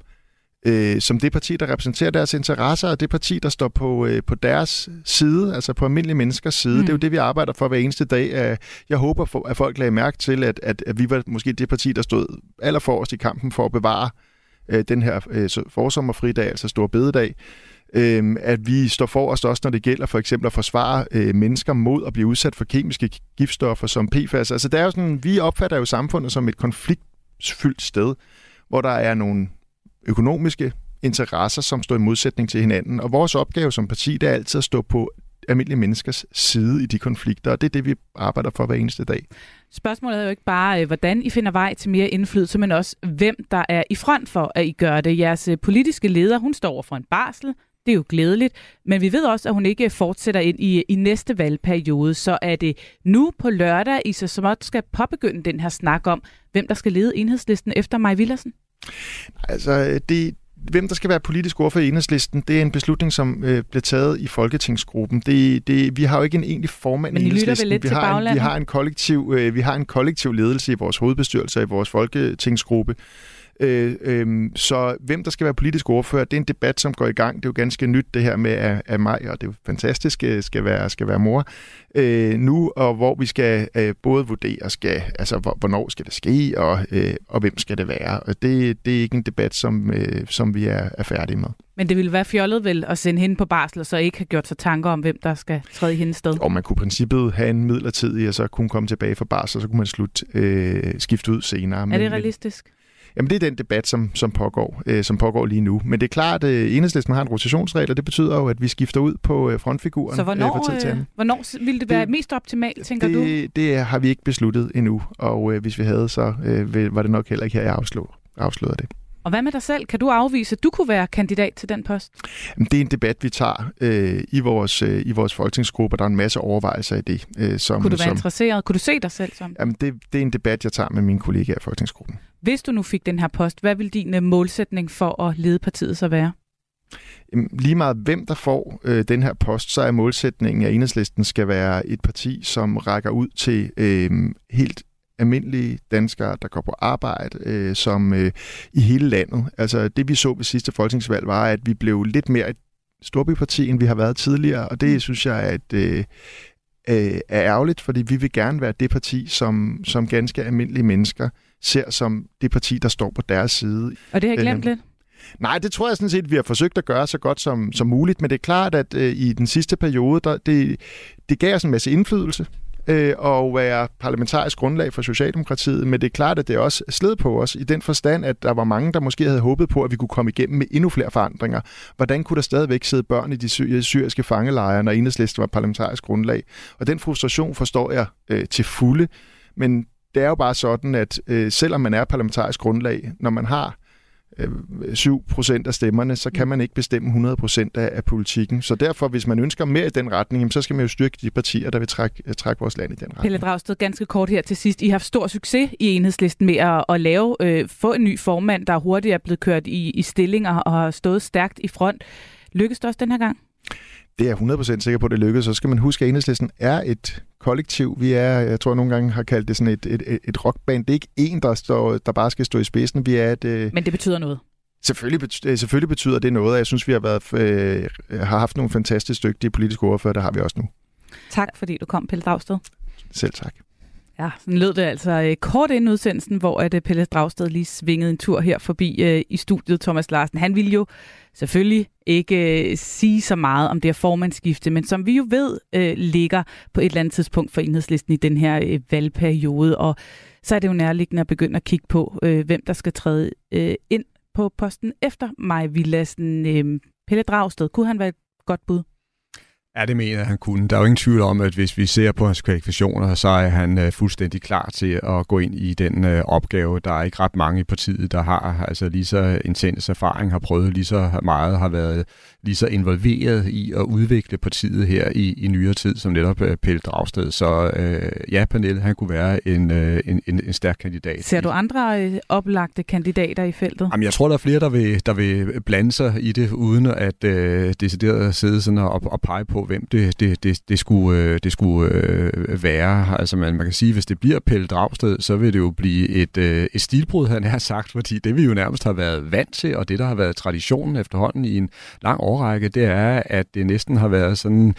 Øh, som det parti, der repræsenterer deres interesser, og det parti, der står på, øh, på deres side, altså på almindelige menneskers side. Mm. Det er jo det, vi arbejder for hver eneste dag. Jeg håber, at folk lagde mærke til, at, at, at vi var måske det parti, der stod allerforrest i kampen for at bevare øh, den her øh, forsommerfridag, altså Store Bededag. Øh, at vi står forrest også, når det gælder for eksempel at forsvare øh, mennesker mod at blive udsat for kemiske giftstoffer som P F A S. Altså, der er jo sådan, vi opfatter jo samfundet som et konfliktfyldt sted, hvor der er nogle økonomiske interesser, som står i modsætning til hinanden. Og vores opgave som parti, det er altid at stå på almindelige menneskers side i de konflikter, og det er det, vi arbejder for hver eneste dag. Spørgsmålet er jo ikke bare, hvordan I finder vej til mere indflydelse, men også, hvem der er i front for, at I gør det. Jeres politiske leder, hun står over for en barsel. Det er jo glædeligt, men vi ved også, at hun ikke fortsætter ind i, i næste valgperiode. Så er det nu på lørdag, I så småt skal påbegynde den her snak om, hvem der skal lede Enhedslisten efter Mai Villadsen? Altså, det, hvem der skal være politisk ordfører i Enhedslisten, det er en beslutning, som øh, bliver taget i Folketingsgruppen. Det, det, vi har jo ikke en egentlig formand i Enhedslisten. Vi har, en, vi, har en kollektiv, øh, vi har en kollektiv ledelse i vores hovedbestyrelse, i vores Folketingsgruppe. Øh, øh, så hvem der skal være politisk ordfører, det er en debat, som går i gang. Det er jo ganske nyt, det her med, at, at mig, og det er jo fantastisk, skal være, skal være mor øh, nu, og hvor vi skal øh, både vurdere, skal, altså, hvornår skal det ske, og, øh, og hvem skal det være. Og det, det er ikke en debat, som, øh, som vi er, er færdige med. Men det ville være fjollet vel at sende hende på barsel, og så ikke have gjort sig tanker om, hvem der skal træde i hendes sted? Og man kunne i princippet have en midlertidig, og så kunne komme tilbage fra barsel, og så kunne man slut øh, skifte ud senere. Er det men, realistisk? Jamen, det er den debat, som, som, pågår, øh, som pågår lige nu. Men det er klart, at øh, Enhedslisten har en rotationsregel, og det betyder jo, at vi skifter ud på øh, frontfiguren. Så hvornår, øh, fra tid til anden. hvornår ville det være det, mest optimalt, tænker det, du? Det, det har vi ikke besluttet endnu, og øh, hvis vi havde, så øh, var det nok heller ikke her, jeg afslår, afslører det. Og hvad med dig selv? Kan du afvise, at du kunne være kandidat til den post? Jamen, det er en debat, vi tager øh, i vores, øh, i vores folketingsgruppe, og der er en masse overvejelser i det. Øh, som, kunne du være som, interesseret? Kunne du se dig selv som? Jamen, det, det er en debat, jeg tager med mine kollegaer i folketingsgruppen. Hvis du nu fik den her post, hvad vil din målsætning for at lede partiet så være? Jamen, lige meget hvem der får øh, den her post, så er målsætningen, at Enhedslisten skal være et parti, som rækker ud til øh, helt almindelige danskere, der går på arbejde, øh, som øh, i hele landet. Altså det vi så ved sidste folketingsvalg var, at vi blev lidt mere et storbyparti, end vi har været tidligere, og det synes jeg er, et, øh, er ærgerligt, fordi vi vil gerne være det parti, som, som ganske almindelige mennesker ser som det parti, der står på deres side. Og det har jeg glemt øh, lidt? Nej, det tror jeg sådan set, at vi har forsøgt at gøre så godt som, som muligt, men det er klart, at øh, i den sidste periode, der, det, det gav os en masse indflydelse, og være parlamentarisk grundlag for Socialdemokratiet, men det er klart, at det også sled på os i den forstand, at der var mange, der måske havde håbet på, at vi kunne komme igennem med endnu flere forandringer. Hvordan kunne der stadigvæk sidde børn i de sy- syriske fangelejre, når Enhedslisten var parlamentarisk grundlag? Og den frustration forstår jeg øh, til fulde, men det er jo bare sådan, at øh, selvom man er parlamentarisk grundlag, når man har syv procent af stemmerne, så kan man ikke bestemme hundrede procent af, af politikken. Så derfor, hvis man ønsker mere i den retning, så skal man jo styrke de partier, der vil trække, trække vores land i den retning. Pelle Dragsted, ganske kort her til sidst. I har haft stor succes i Enhedslisten med at, at lave, øh, få en ny formand, der hurtigt er blevet kørt i, i stillinger og har stået stærkt i front. Lykkes det også den her gang? Det er jeg hundrede procent sikker på, at det lykkes. Så skal man huske, at Enhedslisten er et kollektiv. Vi er, jeg tror, jeg nogle gange har kaldt det sådan et, et, et rockband. Det er ikke en, der, står, der bare skal stå i spidsen. Vi er et, Men det betyder noget? Selvfølgelig, betyder, selvfølgelig betyder det noget, og jeg synes, vi har, været, øh, har haft nogle fantastisk dygtige politiske ordfører. Der har vi også nu. Tak, fordi du kom, Pelle Dragsted. Selv tak. Ja, sådan lød det altså øh, kort inden udsendelsen, hvor at, øh, Pelle Dragsted lige svingede en tur her forbi øh, i studiet. Thomas Larsen, han ville jo selvfølgelig ikke øh, sige så meget om det her formandsskifte, men som vi jo ved øh, ligger på et eller andet tidspunkt for Enhedslisten i den her øh, valgperiode, og så er det jo nærliggende at begynde at kigge på, øh, hvem der skal træde øh, ind på posten efter Mai Villadsen. Øh, Pelle Dragsted, kunne han være et godt bud? Ja, det mener jeg, han kunne. Der er jo ingen tvivl om, at hvis vi ser på hans kvalifikationer, så er han øh, fuldstændig klar til at gå ind i den øh, opgave. Der er ikke ret mange i partiet, der har altså lige så intens erfaring, har prøvet lige så meget, har været lige så involveret i at udvikle partiet her i, i nyere tid, som netop øh, Pelle Dragsted. Så øh, ja, Pernille, han kunne være en, øh, en, en, en stærk kandidat. Ser du andre øh, oplagte kandidater i feltet? Jamen, jeg tror, der er flere, der vil, der vil blande sig i det, uden at øh, decideret sidde sådan og, og pege på, hvem det, det, det, det skulle, øh, det skulle øh, være. Altså man, man kan sige, hvis det bliver Pelle Dragsted, så vil det jo blive et, øh, et stilbrud, han har sagt, fordi det vi jo nærmest har været vant til, og det, der har været traditionen efterhånden i en lang årrække, det er, at det næsten har været sådan,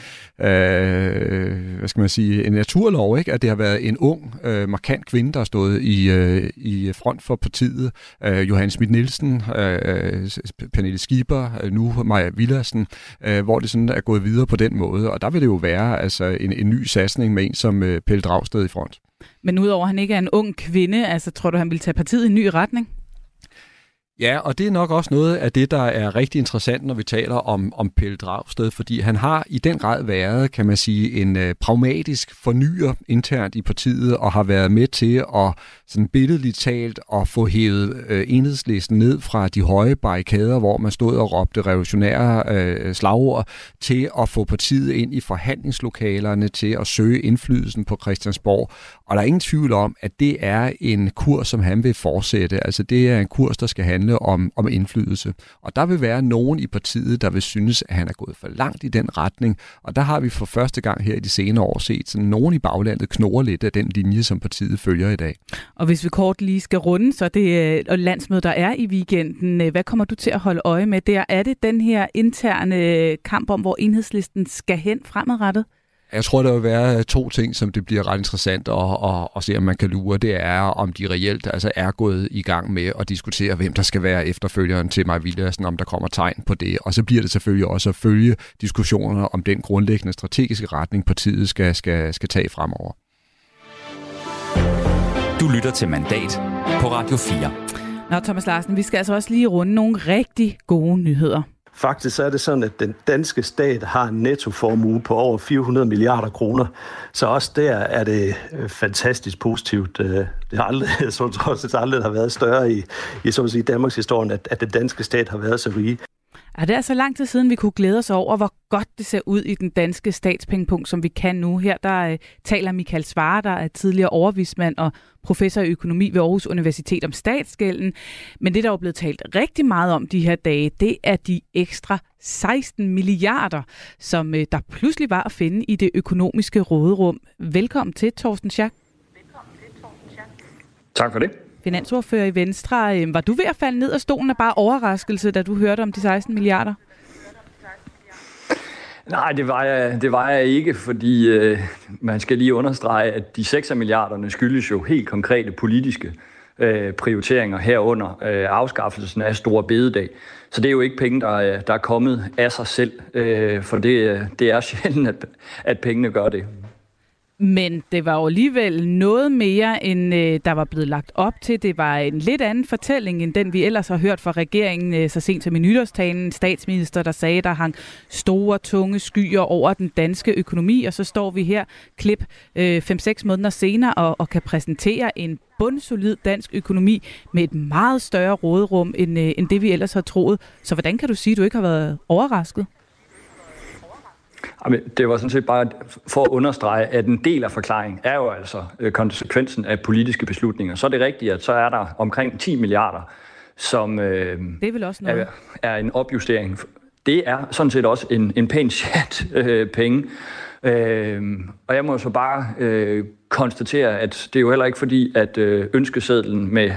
øh, hvad skal man sige, en naturlov, ikke? At det har været en ung, øh, markant kvinde, der har stået i, øh, i front for partiet. Øh, Johanne Schmidt-Nielsen, øh, Pernille Skipper, øh, nu Mai Villadsen, øh, hvor det sådan er gået videre på den måde. Og der vil det jo være altså en, en ny satsning med en som uh, Pelle Dragsted i front. Men udover at han ikke er en ung kvinde, altså tror du, han vil tage partiet i en ny retning? Ja, og det er nok også noget af det, der er rigtig interessant, når vi taler om, om Pelle Dragsted, fordi han har i den grad været, kan man sige, en uh, pragmatisk fornyer internt i partiet, og har været med til at sådan billedligt talt at få hævet uh, Enhedslisten ned fra de høje barrikader, hvor man stod og råbte revolutionære uh, slagord, til at få partiet ind i forhandlingslokalerne, til at søge indflydelsen på Christiansborg. Og der er ingen tvivl om, at det er en kurs, som han vil fortsætte. Altså det er en kurs, der skal handle om, om indflydelse. Og der vil være nogen i partiet, der vil synes, at han er gået for langt i den retning. Og der har vi for første gang her i de senere år set sådan nogen i baglandet knurre lidt af den linje, som partiet følger i dag. Og hvis vi kort lige skal runde, så det øh, landsmøde, der er i weekenden, hvad kommer du til at holde øje med der? Er det den her interne kamp om, hvor Enhedslisten skal hen fremadrettet? Jeg tror, der vil være to ting, som det bliver ret interessant at, at, at se, om man kan lure. Det er, om de reelt altså er gået i gang med at diskutere, hvem der skal være efterfølgeren til Mai Villadsen, om der kommer tegn på det. Og så bliver det selvfølgelig også at følge diskussionerne om den grundlæggende strategiske retning, partiet skal, skal, skal tage fremover. Du lytter til Mandat på Radio fire. Nå, Thomas Larsen, vi skal altså også lige runde nogle rigtig gode nyheder. Faktisk er det sådan, at den danske stat har en nettoformue på over fire hundrede milliarder kroner. Så også der er det fantastisk positivt. Det har aldrig, jeg tror, det aldrig har været større i, i så at sige, Danmarks historie, at, at den danske stat har været så rige. Er det er så lang tid siden, vi kunne glæde os over, hvor godt det ser ud i den danske statspengepunkt, som vi kan nu. Her der uh, taler Michael Svarer, der er tidligere overvismand og professor i økonomi ved Aarhus Universitet om statsgælden. Men det, der er jo blevet talt rigtig meget om de her dage, det er de ekstra seksten milliarder, som uh, der pludselig var at finde i det økonomiske råderum. Velkommen til, Torsten Schack. Tak for det. Finansordfører i Venstre. Var du ved at falde ned af stolen af bare overraskelse, da du hørte om de seksten milliarder? Nej, det var jeg, det var jeg ikke, fordi øh, man skal lige understrege, at de seks milliarderne skyldes jo helt konkrete politiske øh, prioriteringer herunder øh, afskaffelsen af store bededag. Så det er jo ikke penge, der, der er kommet af sig selv, øh, for det, det er sjældent, at, at pengene gør det. Men det var jo alligevel noget mere, end øh, der var blevet lagt op til. Det var en lidt anden fortælling, end den vi ellers har hørt fra regeringen øh, så sent som i nytårstalen. En statsminister, der sagde, der hang store, tunge skyer over den danske økonomi. Og så står vi her, klip, øh, fem seks måneder senere, og, og kan præsentere en bundsolid dansk økonomi med et meget større råderum, end, øh, end det vi ellers har troet. Så hvordan kan du sige, at du ikke har været overrasket? Jamen, det var sådan set bare for at understrege, at en del af forklaringen er jo altså konsekvensen af politiske beslutninger. Så er det rigtigt, at så er der omkring ti milliarder, som øh, det er, vel også noget. er, er en opjustering. Det er sådan set også en, en pæn chat øh, penge. Øh, og jeg må så bare øh, konstatere, at det er jo heller ikke fordi, at øh, ønskesedlen med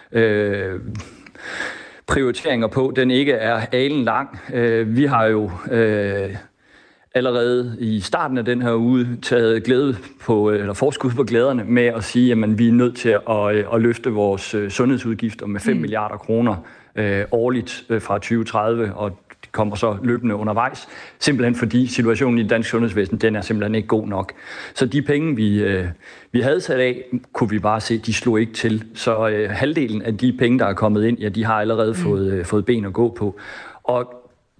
øh, prioriteringer på, den ikke er alen lang. Øh, vi har jo øh, allerede i starten af den her uge taget glæde på, eller forskud på glæderne med at sige, at vi er nødt til at, at løfte vores sundhedsudgifter med fem mm. milliarder kroner øh, årligt fra tyve tredive, og det kommer så løbende undervejs, simpelthen fordi situationen i det danske sundhedsvæsen, den er simpelthen ikke god nok. Så de penge, vi, øh, vi havde sat af, kunne vi bare se, de slog ikke til. Så øh, halvdelen af de penge, der er kommet ind, ja, de har allerede mm. fået, øh, fået ben at gå på. Og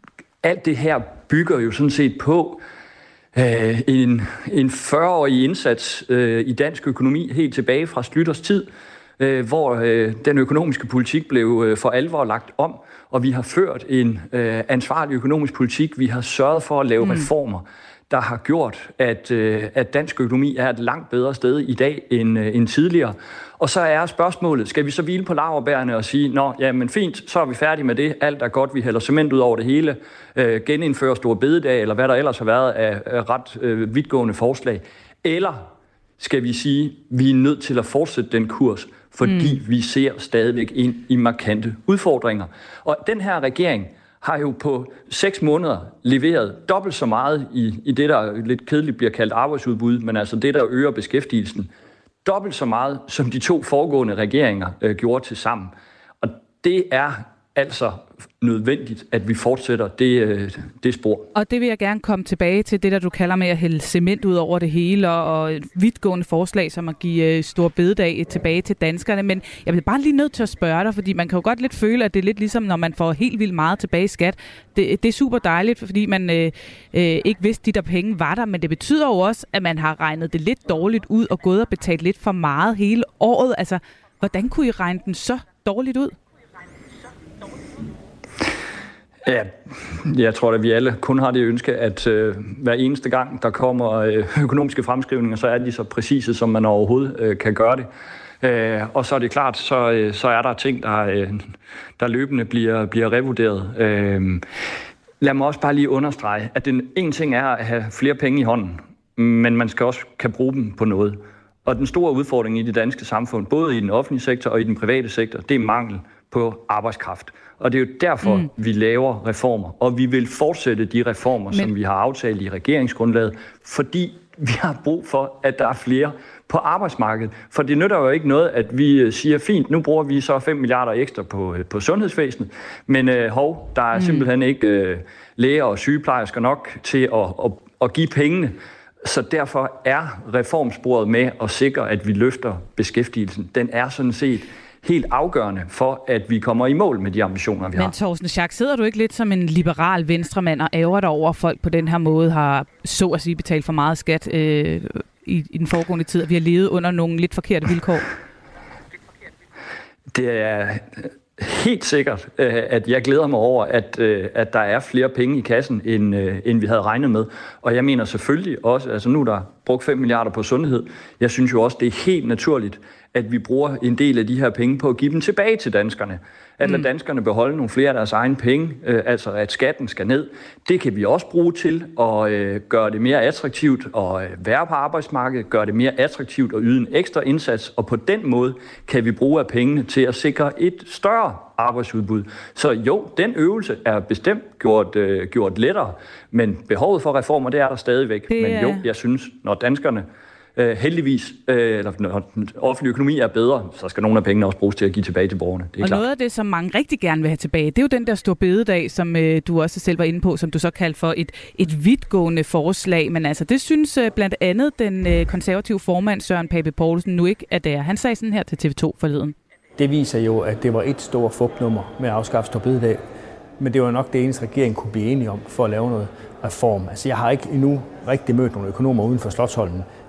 alt det her bygger jo sådan set på øh, en, en fyrre-årig indsats øh, i dansk økonomi helt tilbage fra Schlüters tid, øh, hvor øh, den økonomiske politik blev øh, for alvor lagt om, og vi har ført en øh, ansvarlig økonomisk politik. Vi har sørget for at lave mm. reformer, der har gjort, at, øh, at dansk økonomi er et langt bedre sted i dag end, øh, end tidligere. Og så er spørgsmålet, skal vi så hvile på laurbærrene og sige, nå, jamen fint, så er vi færdige med det, alt er godt, vi hælder cement ud over det hele, øh, genindfører store bededag, eller hvad der ellers har været af, af ret øh, vidtgående forslag. Eller skal vi sige, vi er nødt til at fortsætte den kurs, fordi mm. vi ser stadigvæk ind i markante udfordringer. Og den her regering har jo på seks måneder leveret dobbelt så meget i, i det, der lidt kedeligt bliver kaldt arbejdsudbud, men altså det, der øger beskæftigelsen. Dobbelt så meget, som de to foregående regeringer øh, gjorde til sammen. Og det er altså nødvendigt, at vi fortsætter det, øh, det spor. Og det vil jeg gerne komme tilbage til, det der du kalder med at hælde cement ud over det hele, og, og et vidtgående forslag, som at give øh, stor bededag tilbage til danskerne. Men jeg vil bare lige nødt til at spørge dig, fordi man kan jo godt lidt føle, at det er lidt ligesom, når man får helt vildt meget tilbage i skat. Det, det er super dejligt, fordi man øh, øh, ikke vidste, de der penge var der, men det betyder jo også, at man har regnet det lidt dårligt ud og gået og betalt lidt for meget hele året. Altså, hvordan kunne I regne den så dårligt ud? Ja, jeg tror, at vi alle kun har det ønske, at øh, hver eneste gang, der kommer øh, økonomiske fremskrivninger, så er de så præcise, som man overhovedet øh, kan gøre det. Øh, og så er det klart, så, øh, så er der ting, der, øh, der løbende bliver, bliver revurderet. Øh, lad mig også bare lige understrege, at den ene ting er at have flere penge i hånden, men man skal også kan bruge dem på noget. Og den store udfordring i det danske samfund, både i den offentlige sektor og i den private sektor, det er mangel på arbejdskraft. Og det er jo derfor, mm. vi laver reformer, og vi vil fortsætte de reformer, Men... som vi har aftalt i regeringsgrundlaget, fordi vi har brug for, at der er flere på arbejdsmarkedet. For det nytter jo ikke noget, at vi siger, fint, nu bruger vi så fem milliarder ekstra på, på sundhedsvæsenet, men øh, hov, der er mm. simpelthen ikke øh, læger og sygeplejersker nok til at, at, at give pengene. Så derfor er reformsporet med at sikre, at vi løfter beskæftigelsen. Den er sådan set helt afgørende for, at vi kommer i mål med de ambitioner, vi har. Men Torsten Schack, sidder du ikke lidt som en liberal venstremand og ærger dig over, at folk på den her måde har så at sige betalt for meget skat øh, i, i den foregående tid, og vi har levet under nogle lidt forkerte vilkår? Det er helt sikkert, at jeg glæder mig over, at, at der er flere penge i kassen, end, end vi havde regnet med. Og jeg mener selvfølgelig også, altså nu er der brugt fem milliarder på sundhed. Jeg synes jo også, det er helt naturligt, at vi bruger en del af de her penge på at give dem tilbage til danskerne. At lade danskerne beholde nogle flere af deres egne penge, øh, altså at skatten skal ned. Det kan vi også bruge til at øh, gøre det mere attraktivt at øh, være på arbejdsmarkedet, gøre det mere attraktivt at yde en ekstra indsats, og på den måde kan vi bruge af pengene til at sikre et større arbejdsudbud. Så jo, den øvelse er bestemt gjort, øh, gjort lettere, men behovet for reformer, det er der stadigvæk. Det... Men jo, jeg synes, når danskerne Uh, heldigvis, uh, eller når den offentlige økonomi er bedre, så skal nogle af pengene også bruges til at give tilbage til borgerne. Det er og klart. Noget af det, som mange rigtig gerne vil have tilbage, det er jo den der store bededag, som uh, du også selv var inde på, som du så kaldte for et, et vidtgående forslag. Men altså, det synes uh, blandt andet den uh, konservative formand Søren Pape Poulsen nu ikke, at det er. Han sagde sådan her til T V to forleden. Det viser jo, at det var et stort fupnummer med at afskaffe store bededag. Men det var nok det eneste, regeringen kunne blive enige om for at lave noget reform. Altså, jeg har ikke endnu rigtig mødt nogle økonomer uden for Slotsholmen,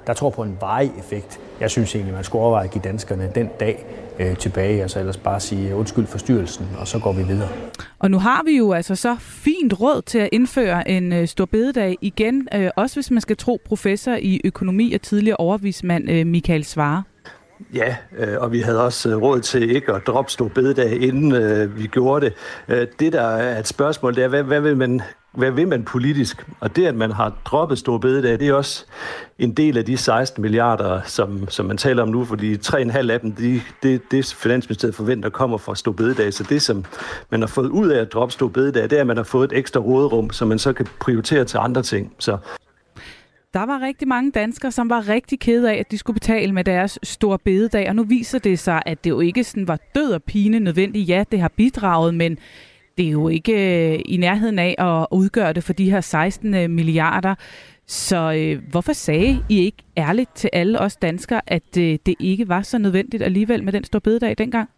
der tror på en varig effekt. Jeg synes egentlig, man skulle overveje at give danskerne den dag øh, tilbage, altså ellers bare sige undskyld for styrelsen, og så går vi videre. Og nu har vi jo altså så fint råd til at indføre en øh, stor bededag igen, øh, også hvis man skal tro professor i økonomi og tidligere overvismand øh, Michael Svarer. Ja, øh, og vi havde også øh, råd til ikke at droppe stor bededag, inden øh, vi gjorde det. Øh, det, der er et spørgsmål, det er, hvad, hvad, vil man, hvad vil man politisk? Og det, at man har droppet stor bededag, det er også en del af de seksten milliarder, som, som man taler om nu, fordi tre komma fem af dem, de, det, det Finansministeriet forventer, kommer fra stor bededag. Så det, som man har fået ud af at droppe stor bededag, det er, at man har fået et ekstra råderum, som man så kan prioritere til andre ting. Så der var rigtig mange danskere, som var rigtig kede af, at de skulle betale med deres store bededag, og nu viser det sig, at det jo ikke sådan var død og pine nødvendigt. Ja, det har bidraget, men det er jo ikke øh, i nærheden af at udgøre det for de her seksten milliarder. Så øh, hvorfor sagde I ikke ærligt til alle os danskere, at øh, det ikke var så nødvendigt alligevel med den store bededag dengang?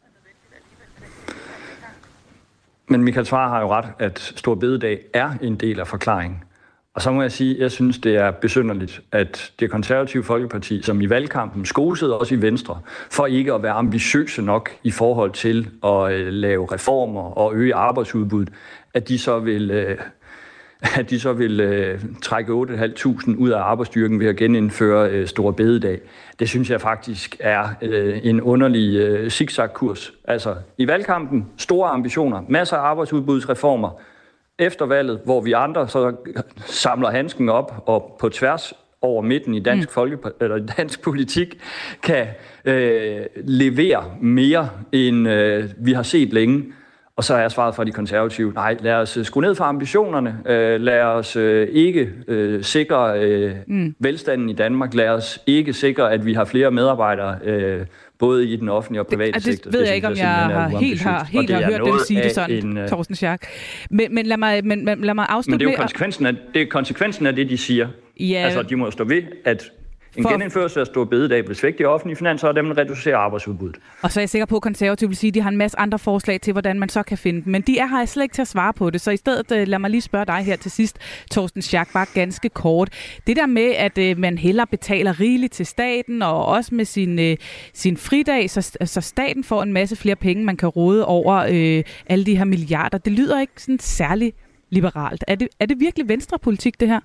Men Michael Svarer har jo ret, at stor bededag er en del af forklaringen. Og så må jeg sige, at jeg synes, det er besynderligt, at det konservative Folkeparti, som i valgkampen skosede også i Venstre, for ikke at være ambitiøse nok i forhold til at lave reformer og øge arbejdsudbuddet, at de så vil, at de så vil trække otte tusind fem hundrede ud af arbejdsstyrken ved at genindføre store bededag. Det synes jeg faktisk er en underlig zigzag-kurs. Altså i valgkampen store ambitioner, masser af arbejdsudbudsreformer. Efter valget, hvor vi andre så samler handsken op og på tværs over midten i dansk, mm. folke, eller dansk politik kan øh, levere mere, end øh, vi har set længe. Og så er svaret fra de konservative, nej, lad os skrue ned for ambitionerne. Øh, lad os øh, ikke øh, sikre øh, mm. velstanden i Danmark. Lad os ikke sikre, at vi har flere medarbejdere, øh, både i den offentlige og private det, sektor. Det ved jeg ikke, om jeg har helt har, helt har hørt dem sige det sådan, en, Torsten Schack. Men, men lad mig, men, men, lad mig afslutte Men det er jo konsekvensen af det, er konsekvensen af det de siger. Ja. Altså, de må jo stå ved, at en for... genindførelse af stor bededag vil svække de offentlige finanser, og dem reducerer arbejdsudbuddet. Og så er jeg sikker på, at konservative vil sige, at de har en masse andre forslag til, hvordan man så kan finde dem. Men de er her slet ikke til at svare på det. Så i stedet, lad mig lige spørge dig her til sidst, Torsten Schack, bare ganske kort. Det der med, at øh, man hellere betaler rigeligt til staten, og også med sin, øh, sin fridag, så, så staten får en masse flere penge, man kan råde over øh, alle de her milliarder. Det lyder ikke sådan særlig liberalt. Er det, er det virkelig venstrepolitik, det her?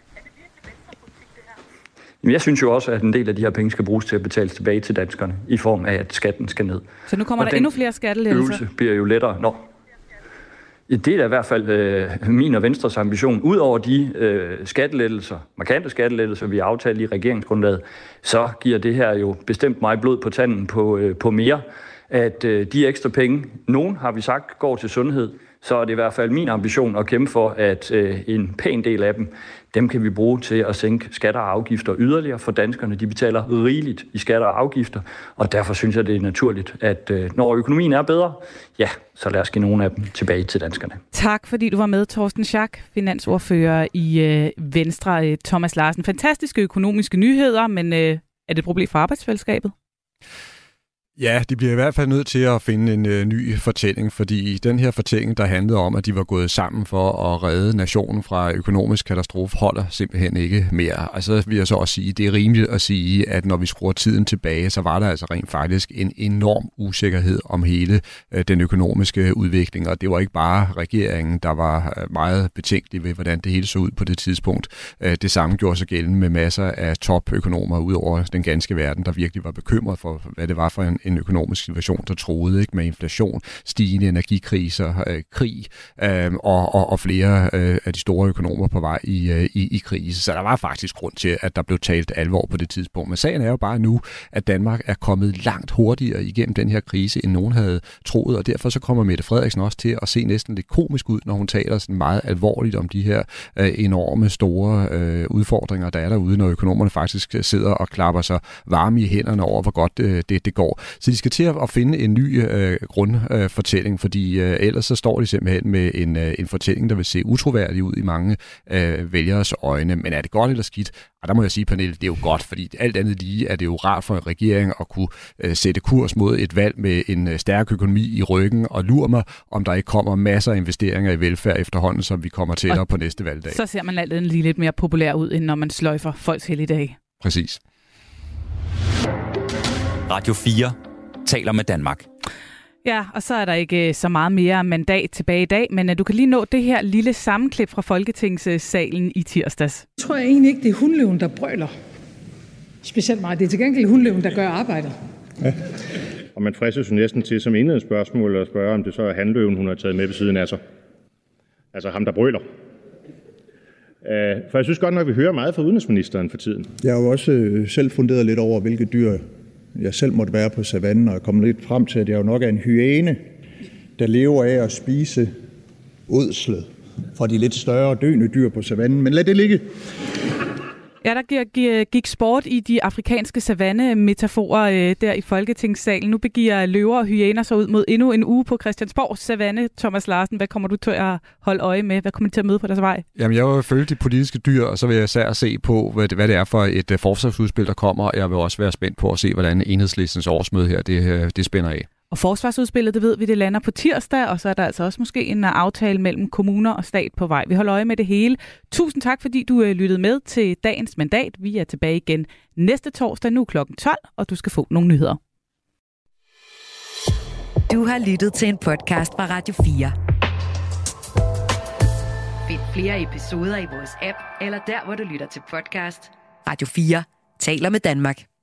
Jeg synes jo også, at en del af de her penge skal bruges til at betale tilbage til danskerne, i form af, at skatten skal ned. Så nu kommer og der endnu flere skattelettelser? Øvelse bliver jo lettere. Nå. Det er da i hvert fald øh, min og Venstres ambition. Udover de øh, skattelettelser, markante skattelettelser, vi har aftalt i regeringsgrundlaget, så giver det her jo bestemt mig blod på tanden på, øh, på mere. At øh, de ekstra penge, nogen har vi sagt, går til sundhed, så er det i hvert fald min ambition at kæmpe for, at øh, en pæn del af dem, dem kan vi bruge til at sænke skatter og afgifter yderligere, for danskerne de betaler rigeligt i skatter og afgifter, og derfor synes jeg, det er naturligt, at øh, når økonomien er bedre, ja, så lad os give nogle af dem tilbage til danskerne. Tak, fordi du var med, Torsten Schack, finansordfører i øh, Venstre. Thomas Larsen, fantastiske økonomiske nyheder, men øh, er det et problem for arbejdsfællesskabet? Ja, de bliver i hvert fald nødt til at finde en øh, ny fortælling, fordi den her fortælling, der handlede om, at de var gået sammen for at redde nationen fra økonomisk katastrofe, holder simpelthen ikke mere. Altså vil jeg så også sige, det er rimeligt at sige, at når vi skruer tiden tilbage, så var der altså rent faktisk en enorm usikkerhed om hele øh, den økonomiske udvikling, og det var ikke bare regeringen, der var meget betænkelig ved, hvordan det hele så ud på det tidspunkt. Øh, det samme gjorde sig gældende med masser af topøkonomer ud over den ganske verden, der virkelig var bekymret for, hvad det var for en en økonomisk situation, der troede, ikke, med inflation, stigende energikriser, øh, krig øh, og, og, og flere øh, af de store økonomer på vej i, øh, i, i krise. Så der var faktisk grund til, at der blev talt alvor på det tidspunkt. Men sagen er jo bare nu, at Danmark er kommet langt hurtigere igennem den her krise, end nogen havde troet, og derfor så kommer Mette Frederiksen også til at se næsten lidt komisk ud, når hun taler sådan meget alvorligt om de her øh, enorme, store øh, udfordringer, der er derude, når økonomerne faktisk sidder og klapper sig varme i hænderne over, hvor godt øh, det, det går. Så de skal til at finde en ny øh, grundfortælling, øh, fordi øh, ellers så står de simpelthen med en, øh, en fortælling, der vil se utroværdig ud i mange øh, vælgeres øjne. Men er det godt eller skidt? Og der må jeg sige, Pernille, det er jo godt, fordi alt andet lige er det jo rart for en regering at kunne øh, sætte kurs mod et valg med en øh, stærk økonomi i ryggen, og lurer mig, om der ikke kommer masser af investeringer i velfærd efterhånden, som vi kommer tættere på næste valgdag. Så ser man alt andet lige lidt mere populær ud, end når man sløjfer folks helligdage. Præcis. Radio fire taler med Danmark. Ja, og så er der ikke så meget mere mandat tilbage i dag, men du kan lige nå det her lille sammenklip fra Folketingssalen i tirsdags. Jeg tror jeg egentlig ikke, det er hundløven, der brøler specielt meget. Det er til gengæld hundløven, der gør arbejdet. Ja. Og man fristes jo næsten til som endnu et spørgsmål at spørge, om det så er hanløven, hun har taget med ved siden af sig. Altså ham, der brøler. For jeg synes godt nok, vi hører meget fra udenrigsministeren for tiden. Jeg har jo også selv funderet lidt over, hvilke dyr jeg selv måtte være på savannen, og jeg kom lidt frem til, at jeg jo nok er en hyæne, der lever af at spise ådslet fra de lidt større døende dyr på savannen. Men lad det ligge. Ja, der gik sport i de afrikanske savanne-metaforer øh, der i Folketingssalen. Nu begiver løver og hyæner sig ud mod endnu en uge på Christiansborgs savanne. Thomas Larsen, hvad kommer du til at holde øje med? Hvad kommer du til at møde på deres vej? Jamen, jeg vil følge de politiske dyr, og så vil jeg især se på, hvad det, hvad det er for et uh, forsvarsudspil, der kommer. Jeg vil også være spændt på at se, hvordan Enhedslistens årsmøde her, det, uh, det spænder af. Og forsvarsudspillet, det ved vi, det lander på tirsdag, og så er der altså også måske en aftale mellem kommuner og stat på vej. Vi holder øje med det hele. Tusind tak, fordi du lyttede med til dagens mandat. Vi er tilbage igen næste torsdag, nu klokken tolv, og du skal få nogle nyheder. Du har lyttet til en podcast fra Radio fire. Find flere episoder i vores app, eller der, hvor du lytter til podcast. Radio fire taler med Danmark.